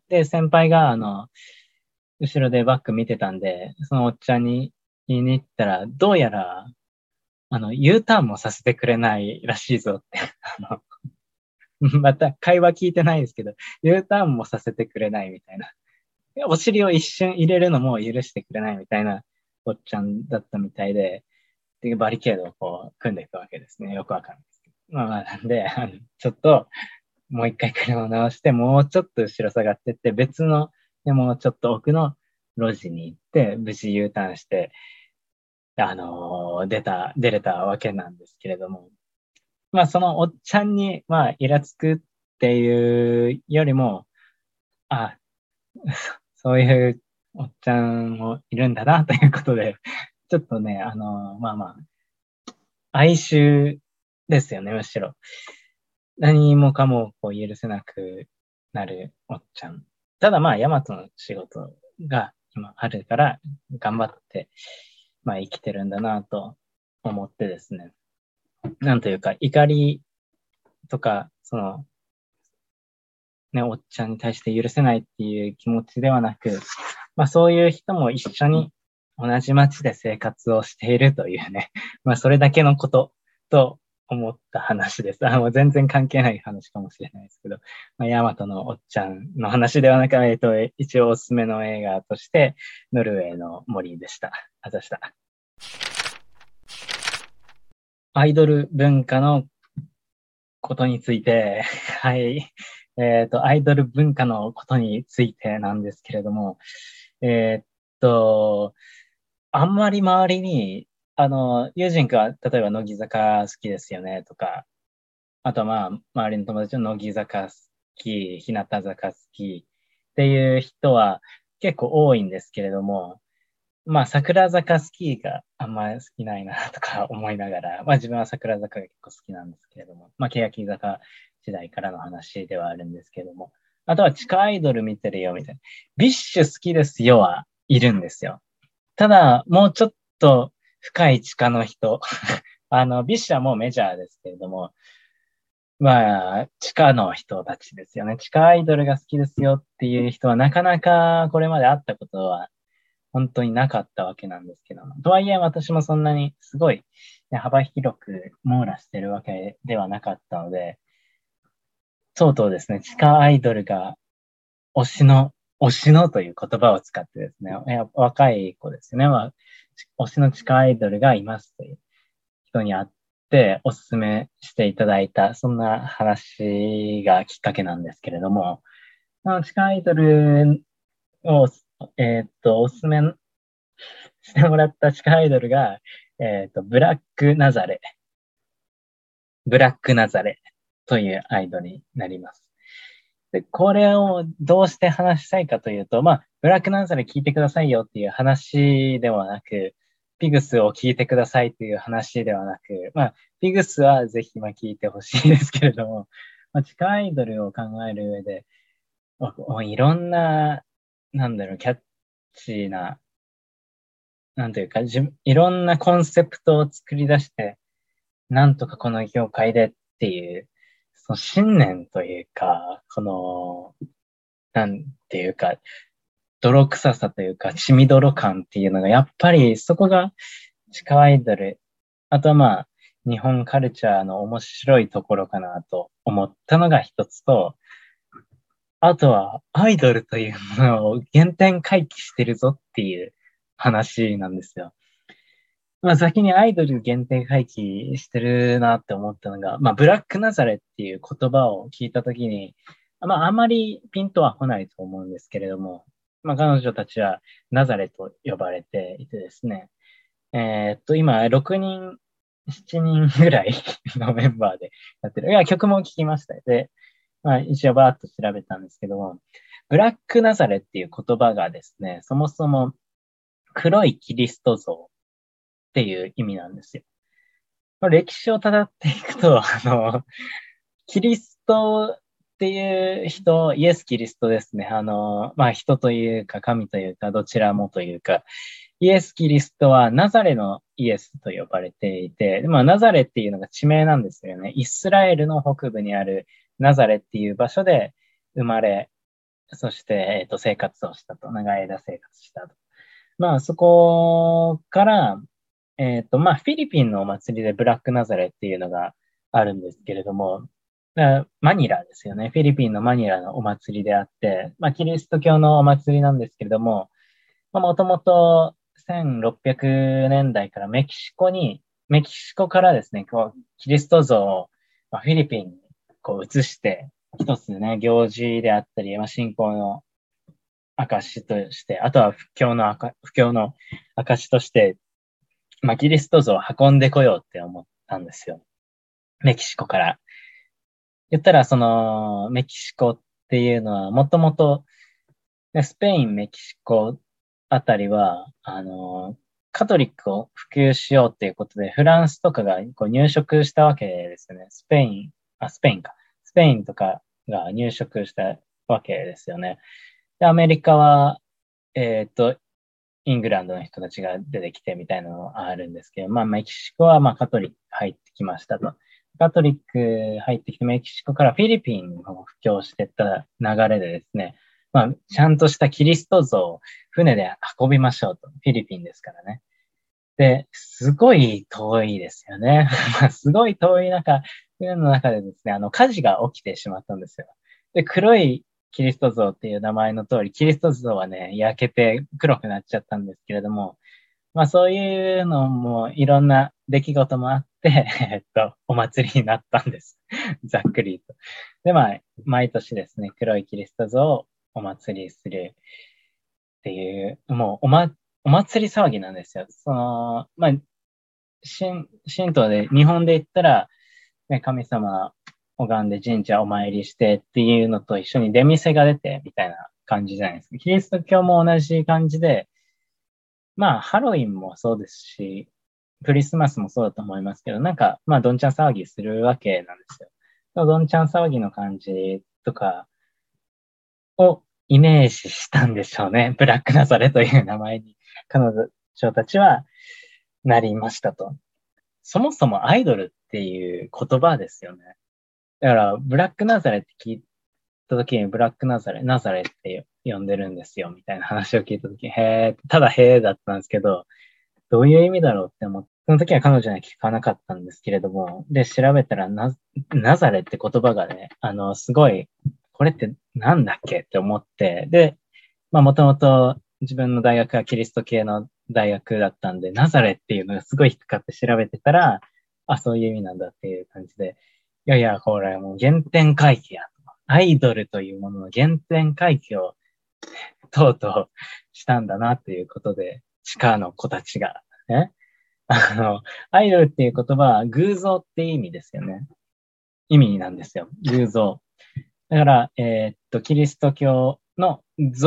で、先輩が、後ろでバック見てたんで、そのおっちゃんに言いに行ったら、どうやら、U ターンもさせてくれないらしいぞって。また会話聞いてないですけど、U ターンもさせてくれないみたいな。お尻を一瞬入れるのも許してくれないみたいなおっちゃんだったみたいで、で、バリケードをこう組んでいくわけですね。よくわかんないですけど。まあ、なんで、ちょっと、もう一回車を直して、もうちょっと後ろ下がってって、別の、でもうちょっと奥の路地に行って、無事 U ターンして、出れたわけなんですけれども、まあ、そのおっちゃんに、まあ、イラつくっていうよりも、あ、そういうおっちゃんもいるんだな、ということで、ちょっとね、まあまあ、哀愁ですよね、むしろ。何もかもこう許せなくなるおっちゃん。ただまあ、ヤマトの仕事が今あるから、頑張って、まあ生きてるんだなと思ってですね。なんというか、怒りとか、その、ね、おっちゃんに対して許せないっていう気持ちではなく、まあそういう人も一緒に同じ街で生活をしているというね、まあそれだけのことと思った話です。もう全然関係ない話かもしれないですけど、まあ、ヤマトのおっちゃんの話ではなく、一応おすすめの映画として、ノルウェーの森でした。あざした。アイドル文化のことについて、はい。アイドル文化のことについてなんですけれども、えーっと、あんまり周りに、友人が、例えば乃木坂好きですよねとか、あとはまあ、周りの友達の乃木坂好き、日向坂好きっていう人は結構多いんですけれども、まあ、桜坂スキーがあんま好きないなとか思いながら、まあ自分は桜坂が結構好きなんですけれども、まあ、欅坂時代からの話ではあるんですけれども、あとは地下アイドル見てるよみたいな。ビッシュ好きですよはいるんですよ。ただ、もうちょっと深い地下の人、ビッシュはもうメジャーですけれども、まあ、地下の人たちですよね。地下アイドルが好きですよっていう人はなかなかこれまで会ったことは本当になかったわけなんですけども。とはいえ私もそんなにすごい、ね、幅広く網羅してるわけではなかったので、とうとうですね、地下アイドルが推しのという言葉を使ってですね、若い子ですね、推しの地下アイドルがいますという人に会っておすすめしていただいた、そんな話がきっかけなんですけれども、地下アイドルを、おすすめしてもらった地下アイドルが、ブラックナザレというアイドルになります。で、これをどうして話したいかというと、まあ、ブラックナザレ聞いてくださいよっていう話ではなく、ピグスを聞いてくださいという話ではなく、まあ、ピグスはぜひ聞いてほしいですけれども、まあ、地下アイドルを考える上で、いろんな、なんだろう、キャッチーな、なんというか、いろんなコンセプトを作り出して、なんとかこの業界でっていう、その信念というか、なんていうか、泥臭さというか、血みどろ感っていうのが、やっぱりそこが地下アイドル、あとはまあ、日本カルチャーの面白いところかなと思ったのが一つと、あとはアイドルというものを原点回帰してるぞっていう話なんですよ。 まあ先にアイドル限定回帰してるなって思ったのが、まあブラックナザレっていう言葉を聞いたときに、まああまりピンとは来ないと思うんですけれども、まあ彼女たちはナザレと呼ばれていてですね、今6人、7人ぐらいのメンバーでやってる。いや、曲も聴きました。で、まあ一応バーッと調べたんですけども、ブラックナザレっていう言葉がですね、そもそも黒いキリスト像っていう意味なんですよ。歴史をたどっていくと、キリストっていう人、イエス・キリストですね。まあ、人というか、神というか、どちらもというか、イエス・キリストはナザレのイエスと呼ばれていて、まあ、ナザレっていうのが地名なんですよね。イスラエルの北部にあるナザレっていう場所で生まれ、そして、生活をしたと。長い間生活したと。まあ、そこから、まあ、フィリピンのお祭りでブラックナザレっていうのがあるんですけれども、マニラですよね。フィリピンのマニラのお祭りであって、まあ、キリスト教のお祭りなんですけれども、もともと1600年代からメキシコからですね、こう、キリスト像を、まあ、フィリピンにこう移して、一つね、行事であったり、まあ、信仰の証として、あとは布教の証として、まあ、キリスト像を運んでこようって思ったんですよ。メキシコから。言ったら、その、メキシコっていうのは、もともと、スペイン、メキシコあたりは、カトリックを普及しようっていうことで、フランスとかがこう入植したわけですよね。スペインか。スペインとかが入植したわけですよね。で、アメリカは、えっと、イングランドの人たちが出てきてみたいなのがあるんですけど、まあ、メキシコはまあカトリック入ってきましたと。カトリック入ってきてメキシコからフィリピンを布教していった流れでですね、まあ、ちゃんとしたキリスト像を船で運びましょうと。フィリピンですからね。で、すごい遠いですよね。まあ、すごい遠い中、船の中でですね、火事が起きてしまったんですよ。で、黒いキリスト像っていう名前の通り、キリスト像はね、焼けて黒くなっちゃったんですけれども、まあそういうのもいろんな出来事もあって、お祭りになったんです。ざっくりと。で、まあ、毎年ですね、黒いキリスト像をお祭りするっていう、もうお祭り騒ぎなんですよ。まあ、神道で、日本で言ったら、ね、神様拝んで神社お参りしてっていうのと一緒に出店が出てみたいな感じじゃないですか。キリスト教も同じ感じで、まあ、ハロウィンもそうですし、クリスマスもそうだと思いますけど、なんか、まあ、どんちゃん騒ぎするわけなんですよ。どんちゃん騒ぎの感じとかをイメージしたんでしょうね。ブラックナザレという名前に彼女たちはなりましたと。そもそもアイドルっていう言葉ですよね。だから、ブラックナザレって聞いた時に、ブラックナザレって呼んでるんですよ、みたいな話を聞いた時に、へー、ただへーだったんですけど、どういう意味だろうって思って、その時は彼女には聞かなかったんですけれども、で、調べたらナザレって言葉がね、すごい、これってなんだっけって思って、で、まあ、もともと自分の大学はキリスト系の大学だったんで、ナザレっていうのがすごい引っかかって調べてたら、あ、そういう意味なんだっていう感じで、いやいや、これもう原点回帰やと。アイドルというものの原点回帰をとうとうしたんだなっていうことで、地下の子たちが、ね。あの、アイドルっていう言葉は偶像っていう意味ですよね。意味なんですよ。偶像。だから、キリスト教の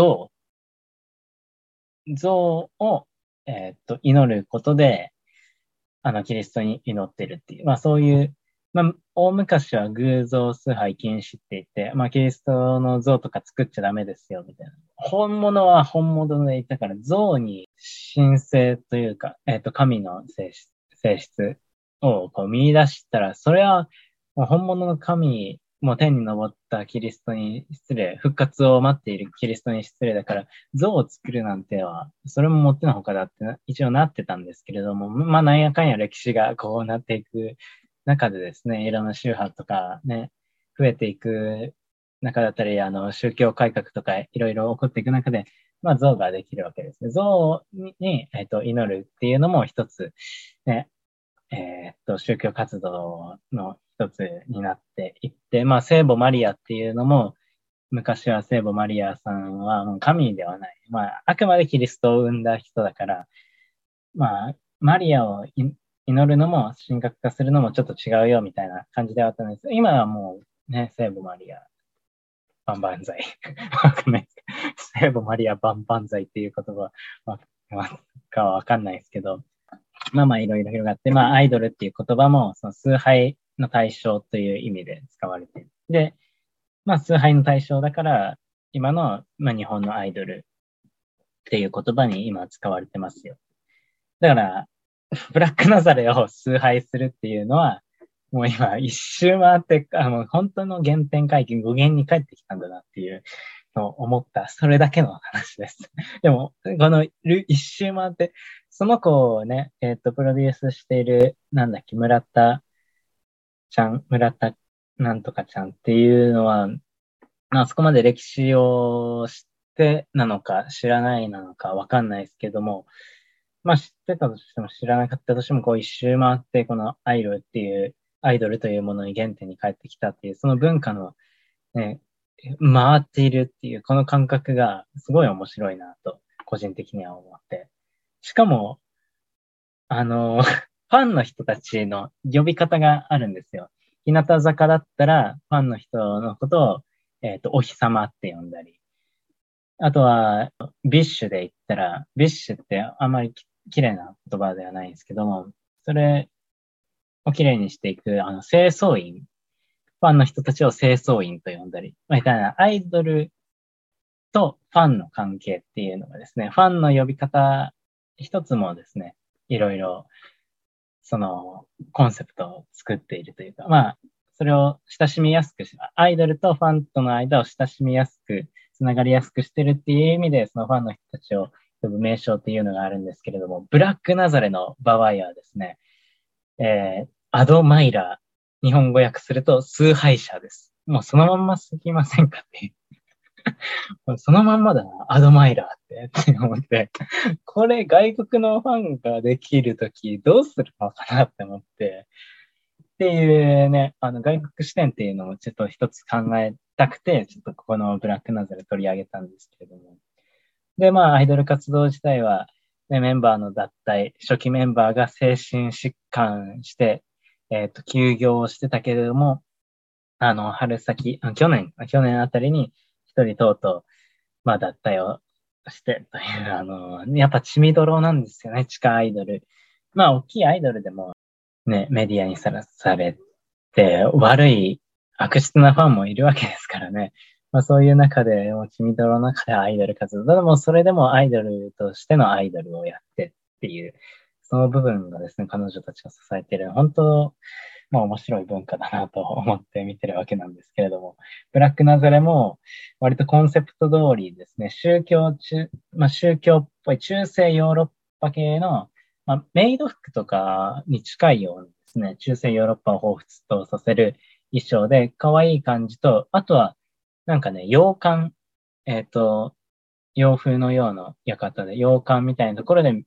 像を、祈ることで、キリストに祈ってるっていう、まあそういう、まあ、大昔は偶像崇拝禁止って言って、まあキリストの像とか作っちゃダメですよ、みたいな。本物は本物でいたから、像に神聖というか、神の性質をこう見出したら、それはもう本物の神、もう天に昇ったキリストに失礼、復活を待っているキリストに失礼だから、像を作るなんては、それももってのほかだって一応なってたんですけれども、まあなんやかんや歴史がこうなっていく中でですね、いろんな宗派とかね、増えていく中だったり、宗教改革とかいろいろ起こっていく中で、 まあ、像ができるわけですね。像に、祈るっていうのも一つ、ね、宗教活動の一つになっていって、まあ、聖母マリアっていうのも、昔は聖母マリアさんはもう神ではない。まあ、あくまでキリストを生んだ人だから、まあ、マリアを祈るのも神格化するのもちょっと違うよみたいな感じではあったんです。今はもうね、聖母マリア、万々歳。わかんないです。聖母マリア万々歳っていう言葉かはわかんないですけど、まあまあいろいろ広がって、まあアイドルっていう言葉もその崇拝の対象という意味で使われている。で、まあ崇拝の対象だから、今の、まあ、日本のアイドルっていう言葉に今使われてますよ。だから、ブラックナザレを崇拝するっていうのは、もう今一周回って、本当の原点回帰、語源に帰ってきたんだなっていうのを思った、それだけの話です。でも、この一周回って、その子をね、プロデュースしている、なんだっけ、村田なんとかちゃんっていうのは、まあそこまで歴史を知ってなのか知らないなのかわかんないですけども、まあ知ってたとしても知らなかったとしても、こう一周回って、このアイドルというものに原点に帰ってきたっていう、その文化のね、回っているっていう、この感覚がすごい面白いなと、個人的には思って。しかも、ファンの人たちの呼び方があるんですよ。日向坂だったら、ファンの人のことを、お日様って呼んだり。あとは、ビッシュで言ったら、ビッシュってあんまり綺麗な言葉ではないんですけども、それを綺麗にしていく、清掃員。ファンの人たちを清掃員と呼んだり、みたいな、アイドルとファンの関係っていうのがですね、ファンの呼び方一つもですね、いろいろそのコンセプトを作っているというか、まあ、それを親しみやすくし、アイドルとファンとの間を親しみやすく、つながりやすくしてるっていう意味で、そのファンの人たちを呼ぶ名称っていうのがあるんですけれども、ブラックナザレの場合はですね、アドマイラー、日本語訳すると崇拝者です。もうそのまんますぎませんかっていう。そのまんまだな、アドマイラーって思って、これ外国のファンができるときどうするのかなって思って、っていうね、外国視点っていうのをちょっと一つ考えたくて、ちょっとここのブラックナザル取り上げたんですけれども。で、まあ、アイドル活動自体は、ね、メンバーの脱退、初期メンバーが精神疾患して、休業をしてたけれども、春先、去年あたりに一人とうとう、まあ、脱退をしてという、やっぱ血みどろなんですよね、地下アイドル。まあ、大きいアイドルでもね、メディアにさらされて、悪い悪質なファンもいるわけですからね。まあそういう中で、もう血みどろの中でアイドル活動。ただもうそれでもアイドルとしてのアイドルをやってっていう、その部分がですね、彼女たちを支えている、本当、まあ面白い文化だなと思って見てるわけなんですけれども、ブラックナザレも割とコンセプト通りですね、宗教っぽい中世ヨーロッパ系の、まあ、メイド服とかに近いようにですね、中世ヨーロッパを彷彿とさせる衣装で、可愛い感じと、あとは、なんかね、洋館、えっと、洋風のような館で、洋館みたいなところで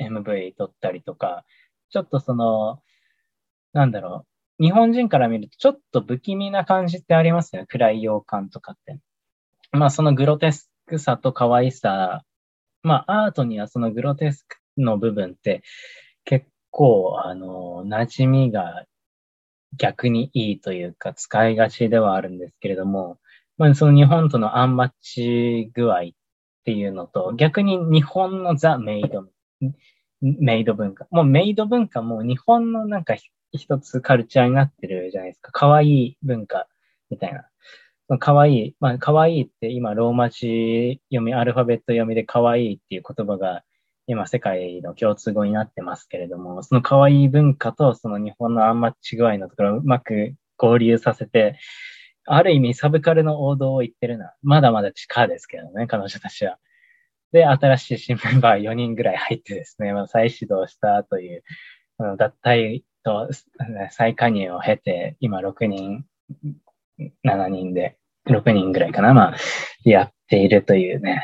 MV 撮ったりとか、ちょっとなんだろ日本人から見るとちょっと不気味な感じってありますよね。暗い洋館とかって。まあそのグロテスクさと可愛さ、まあアートにはそのグロテスクの部分って結構馴染みが逆にいいというか使いがちではあるんですけれども、まあその日本とのアンマッチ具合っていうのと、逆に日本のメイド文化。もうメイド文化も日本のなんか一つカルチャーになってるじゃないですか。可愛い文化みたいな。その可愛い、まあ可愛いって今ローマ字読み、アルファベット読みで可愛いっていう言葉が今世界の共通語になってますけれども、その可愛い文化とその日本のアンマッチ具合のところをうまく合流させて、ある意味サブカルの王道を言ってるな。まだまだ地下ですけどね、彼女たちは。で、新しい新メンバー4人ぐらい入ってですね、まあ、再始動したという、脱退と再加入を経て、今6人、7人で、6人ぐらいかな、まあ、やっているというね。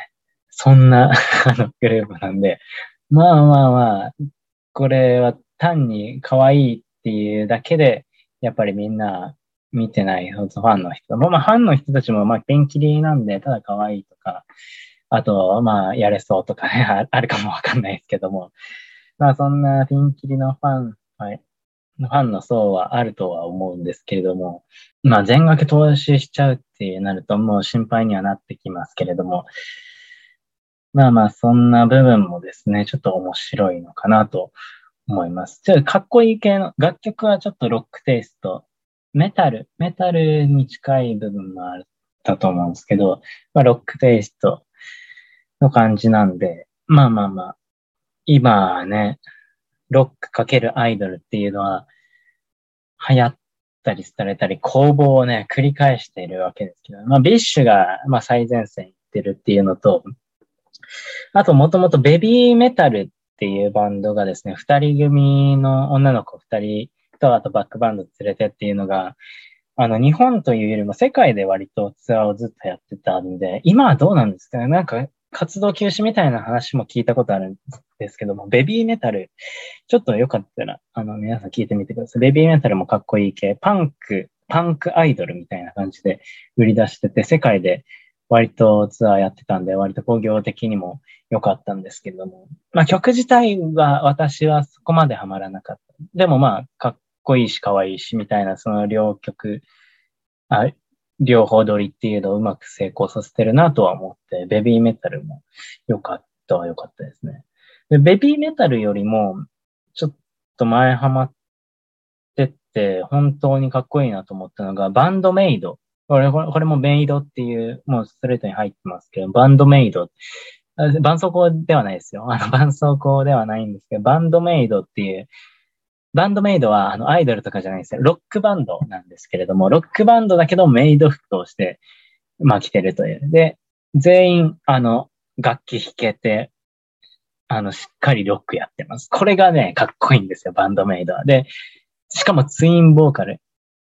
そんなグループなんで、まあまあまあ、これは単に可愛いっていうだけで、やっぱりみんな見てない、ファンの人も、まあファンの人たちもまあピンキリなんで、ただ可愛いとか、あと、まあやれそうとかね、あるかもわかんないですけども、まあそんなピンキリのファン、はい、ファンの層はあるとは思うんですけれども、まあ全額投資しちゃうってなるともう心配にはなってきますけれども、まあまあそんな部分もですね、ちょっと面白いのかなと思います。ちょっとかっこいい系の、楽曲はちょっとロックテイスト、メタルに近い部分もあったと思うんですけど、まあロックテイストの感じなんで、まあまあまあ、今はね、ロックかけるアイドルっていうのは流行ったりされたり、攻防をね、繰り返しているわけですけど、まあビッシュが、まあ最前線行ってるっていうのと、あともともとベビーメタルっていうバンドがですね、二人組の女の子二人と、あとバックバンド連れてっていうのが、日本というよりも世界で割とツアーをずっとやってたんで、今はどうなんですかね。なんか活動休止みたいな話も聞いたことあるんですけども、ベビーメタル、ちょっとよかったら、皆さん聞いてみてください。ベビーメタルもかっこいい系、パンクアイドルみたいな感じで売り出してて、世界で割とツアーやってたんで、割と工業的にも良かったんですけれども、まあ曲自体は私はそこまでハマらなかった。でもまあ、かっこいいし可愛いしみたいな、その両曲、あ、両方取りっていうのをうまく成功させてるなとは思って、ベビーメタルも良かったですね。で、ベビーメタルよりも、ちょっと前ハマってって、本当にかっこいいなと思ったのが、バンドメイド。これもメイドっていう、もうストレートに入ってますけど、バンドメイド。絆創膏ではないですよ。絆創膏ではないんですけど、バンドメイドっていう、バンドメイドはアイドルとかじゃないですよ。ロックバンドなんですけれども、ロックバンドだけどメイド服をして、まあ着てるという。で、全員、楽器弾けて、しっかりロックやってます。これがね、かっこいいんですよ、バンドメイドは。で、しかもツインボーカル。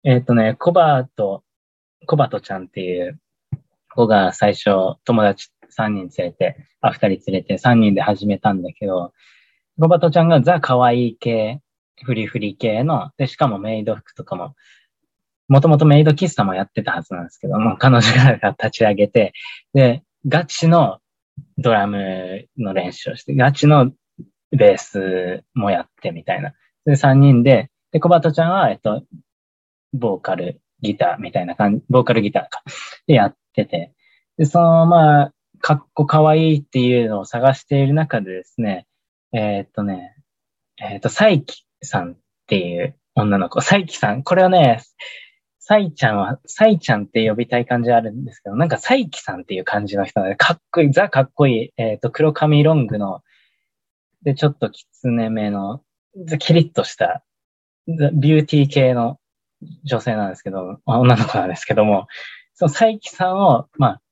コバトちゃんっていう子が最初友達3人連れて、2人連れて3人で始めたんだけど、コバトちゃんがザ可愛い系、フリフリ系の、で、しかもメイド服とかも、もともとメイド喫茶もやってたはずなんですけども、彼女が立ち上げて、で、ガチのドラムの練習をして、ガチのベースもやってみたいな。で、3人で、で、コバトちゃんは、ボーカル、ギターみたいな感じ、ボーカルギターか、でやってて、で、まあ、かっこかわいいっていうのを探している中でですね、えーっとね、サイキさんっていう女の子、サイキさん、これはね、サイちゃんって呼びたい感じはあるんですけど、なんかサイキさんっていう感じの人で、かっこいい、ザかっこいい、黒髪ロングの、で、ちょっときつねめの、キリッとしたビューティー系の女性なんですけど、女の子なんですけども、その佐伯さんを、まあ、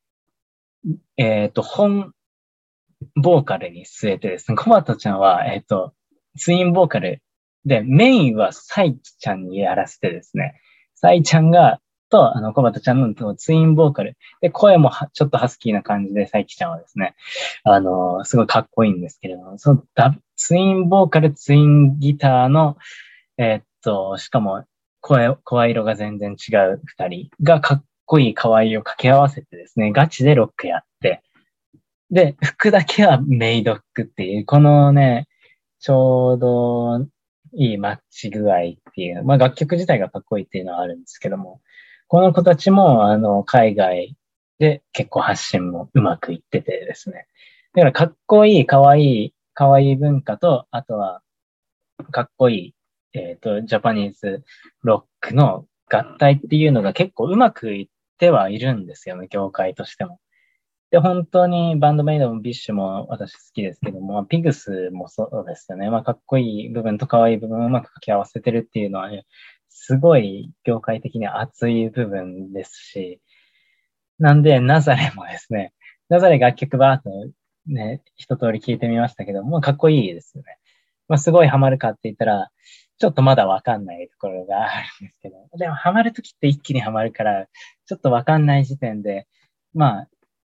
本ボーカルに据えてですね、コバトちゃんは、ツインボーカルで、メインはサイキちゃんにやらせてですね、サイちゃんが、コバトちゃんのツインボーカル。で、声もちょっとハスキーな感じで、サイキちゃんはですね、すごいかっこいいんですけれども、ツインボーカル、ツインギターの、しかも声色が全然違う二人がかっこいい可愛いを掛け合わせてですね、ガチでロックやって、で、服だけはメイド服っていう、このね、ちょうどいいマッチ具合っていう、まあ楽曲自体がかっこいいっていうのはあるんですけども、この子たちも、海外で結構発信もうまくいっててですね。だからかっこいい、かわいい文化と、あとはかっこいい、ジャパニーズロックの合体っていうのが結構うまくいってはいるんですよね、業界としても。で、本当にバンドメイドもビッシュも私好きですけども、ピグスもそうですよね。まあ、かっこいい部分と可愛い部分をうまく掛け合わせてるっていうのはね、すごい業界的に熱い部分ですし、なんで、ナザレもですね、ナザレ楽曲バーっとね、一通り聞いてみましたけども、かっこいいですよね。まあ、すごいハマるかって言ったら、ちょっとまだわかんないところがあるんですけど、でもハマるときって一気にハマるから、ちょっとわかんない時点で、まあ、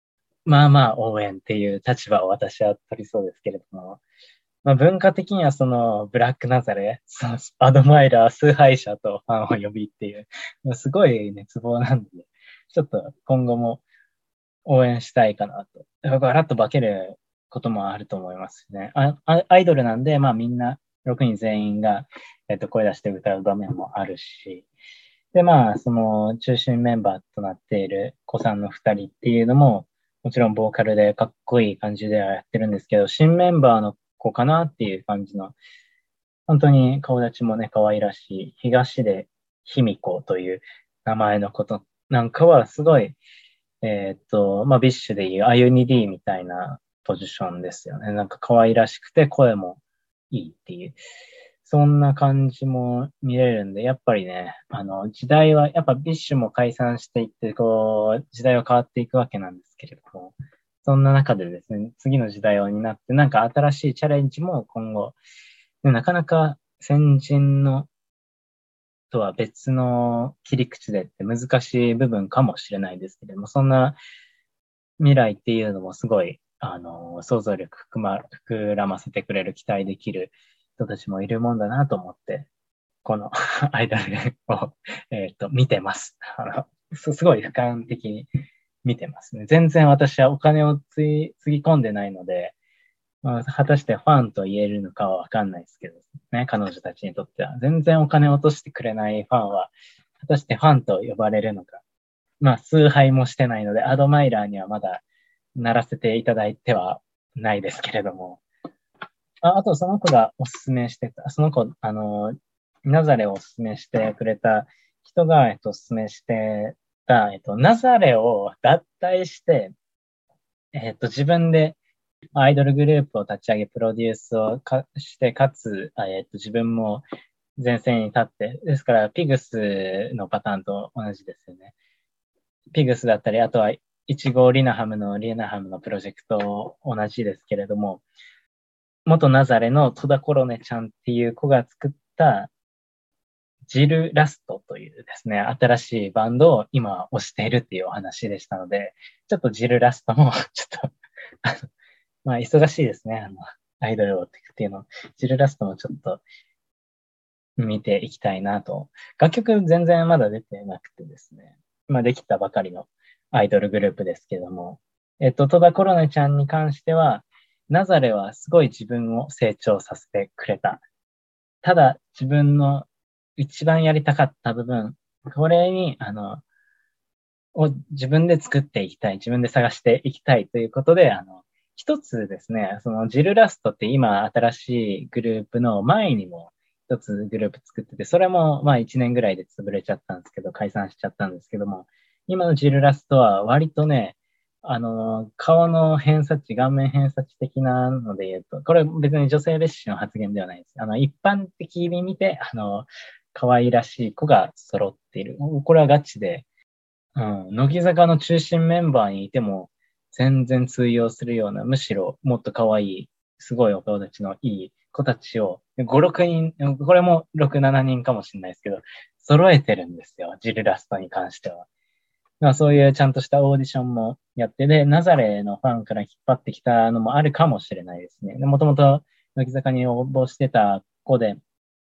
まあまあ応援っていう立場を私は取りそうですけれども、まあ、文化的にはそのブラックナザレ、そのアドマイラー、崇拝者とファンを呼びっていう、すごい熱望なんで、ちょっと今後も応援したいかなと。ガラッと化けることもあると思いますね。アイドルなんで、まあみんな、6人全員が、声出して歌う場面もあるし、で、まあ、その中心メンバーとなっている子さんの2人っていうのも、もちろんボーカルでかっこいい感じではやってるんですけど、新メンバーの子かなっていう感じの、本当に顔立ちもね、可愛らしい、東出卑弥呼という名前のことなんかはすごい、まあ、ビッシュでいうアユニ D みたいなポジションですよね。なんか可愛らしくて声もいいっていう。そんな感じも見れるんで、やっぱりね、時代は、やっぱビッシュも解散していって、こう、時代は変わっていくわけなんですけれども、そんな中でですね、次の時代を担って、なんか新しいチャレンジも今後、なかなか先人のとは別の切り口でって難しい部分かもしれないですけれども、そんな未来っていうのもすごい、想像力膨らませてくれる、期待できる人たちもいるもんだなと思って、このアイドルを、見てます。すごい俯瞰的に見てますね。全然私はお金をつぎ込んでないので、まあ、果たしてファンと言えるのかはわかんないですけどね、彼女たちにとっては。全然お金を落としてくれないファンは、果たしてファンと呼ばれるのか。まあ、崇拝もしてないので、アドマイラーにはまだならせていただいてはないですけれども。あと、その子がおすすめしてた、その子、ナザレをおすすめしてくれた人が、おすすめしてた、ナザレを脱退して、自分でアイドルグループを立ち上げ、プロデュースをして、かつ、自分も前線に立って、ですから、ピグスのパターンと同じですよね。ピグスだったり、あとは、1号リナハムのプロジェクト同じですけれども、元ナザレの戸田コロネちゃんっていう子が作ったジルラストというですね、新しいバンドを今推しているっていうお話でしたので、ちょっとジルラストもちょっとまあ忙しいですね、アイドルをっていうの。ジルラストもちょっと見ていきたいなと。楽曲全然まだ出てなくてですね、まあできたばかりのアイドルグループですけども、戸田コロネちゃんに関しては、ナザレはすごい自分を成長させてくれた。ただ自分の一番やりたかった部分、これに、を自分で作っていきたい、自分で探していきたいということで、一つですね、そのジルラストって今新しいグループの前にも一つグループ作ってて、それもまあ1年ぐらいで潰れちゃったんですけど、解散しちゃったんですけども、今のジルラストは割とね、顔の偏差値、顔面偏差値的なので言うと、これ別に女性蔑視の発言ではないです。一般的に見て、可愛らしい子が揃っている。これはガチで、うん、乃木坂の中心メンバーにいても全然通用するような、むしろもっと可愛い、すごいお顔立ちのいい子たちを5、6人、これも6、7人かもしれないですけど、揃えてるんですよ、ジルラストに関しては。まあ、そういうちゃんとしたオーディションもやって、で、ナザレのファンから引っ張ってきたのもあるかもしれないですね。もともと乃木坂に応募してた子で、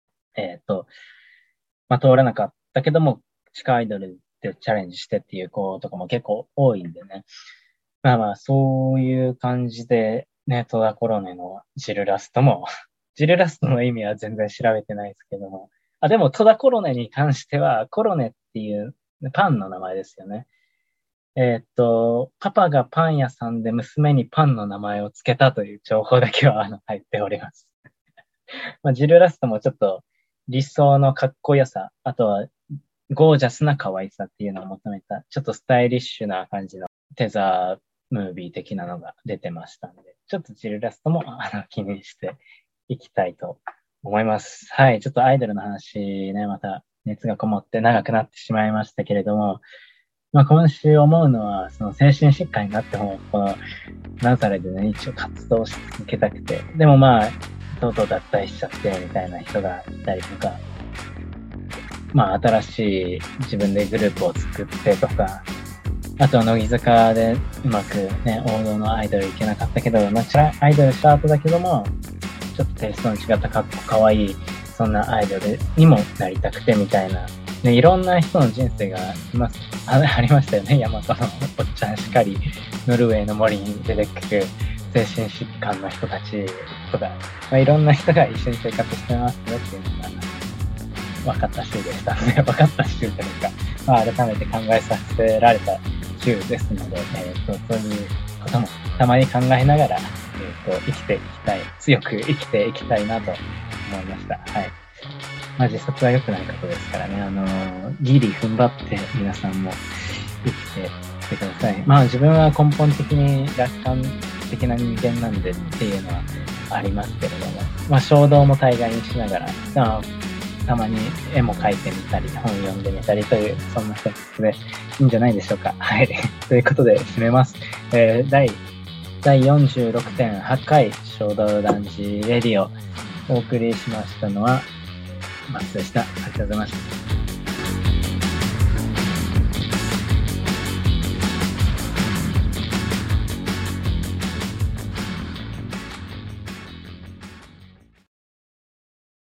まあ、通らなかったけども、地下アイドルでチャレンジしてっていう子とかも結構多いんでね。まあまあ、そういう感じで、ね、戸田コロネのジルラストも、ジルラストの意味は全然調べてないですけども。あ、でも戸田コロネに関しては、コロネっていうパンの名前ですよね。パパがパン屋さんで娘にパンの名前を付けたという情報だけは入っております。まあ、ジルラストもちょっと理想のかっこよさ、あとはゴージャスな可愛さっていうのを求めた、ちょっとスタイリッシュな感じのテザームービー的なのが出てましたんで、ちょっとジルラストも気にしていきたいと思います。はい、ちょっとアイドルの話ね、また熱がこもって長くなってしまいましたけれども、まあ、今週思うのは、その精神疾患になっても、このナザレでね、一応活動し続けたくて、でもまあ、とうとう脱退しちゃってみたいな人がいたりとか、まあ、新しい自分でグループを作ってとか、 あと乃木坂でうまくね、王道のアイドルいけなかったけど、アイドルした後だけども、ちょっとテイストの違ったかっこかわいい、そんなアイドルにもなりたくてみたいな、ね、いろんな人の人生がありましたよね。大和のおっちゃんしかり、ノルウェーの森に出てくる精神疾患の人たちとか、いろんな人が一緒に生活してますよっていうのが分かった週でしたので、分かった週というか、改めて考えさせられた週ですので、そういうこともたまに考えながら、生きていきたい、強く生きていきたいなと思いました。はい。自殺は良くないことですからね、ギリ踏ん張って皆さんも生きていってください。自分は根本的に楽観的な人間なんでっていうのはありますけれども、衝動も大概にしながら、たまに絵も描いてみたり、本読んでみたりという、そんな生活でいいんじゃないでしょうか。はい。ということで、締めます。第 46.8 回、衝動男児レディオ、お送りしましたのは、マスでした。ありがとうございました。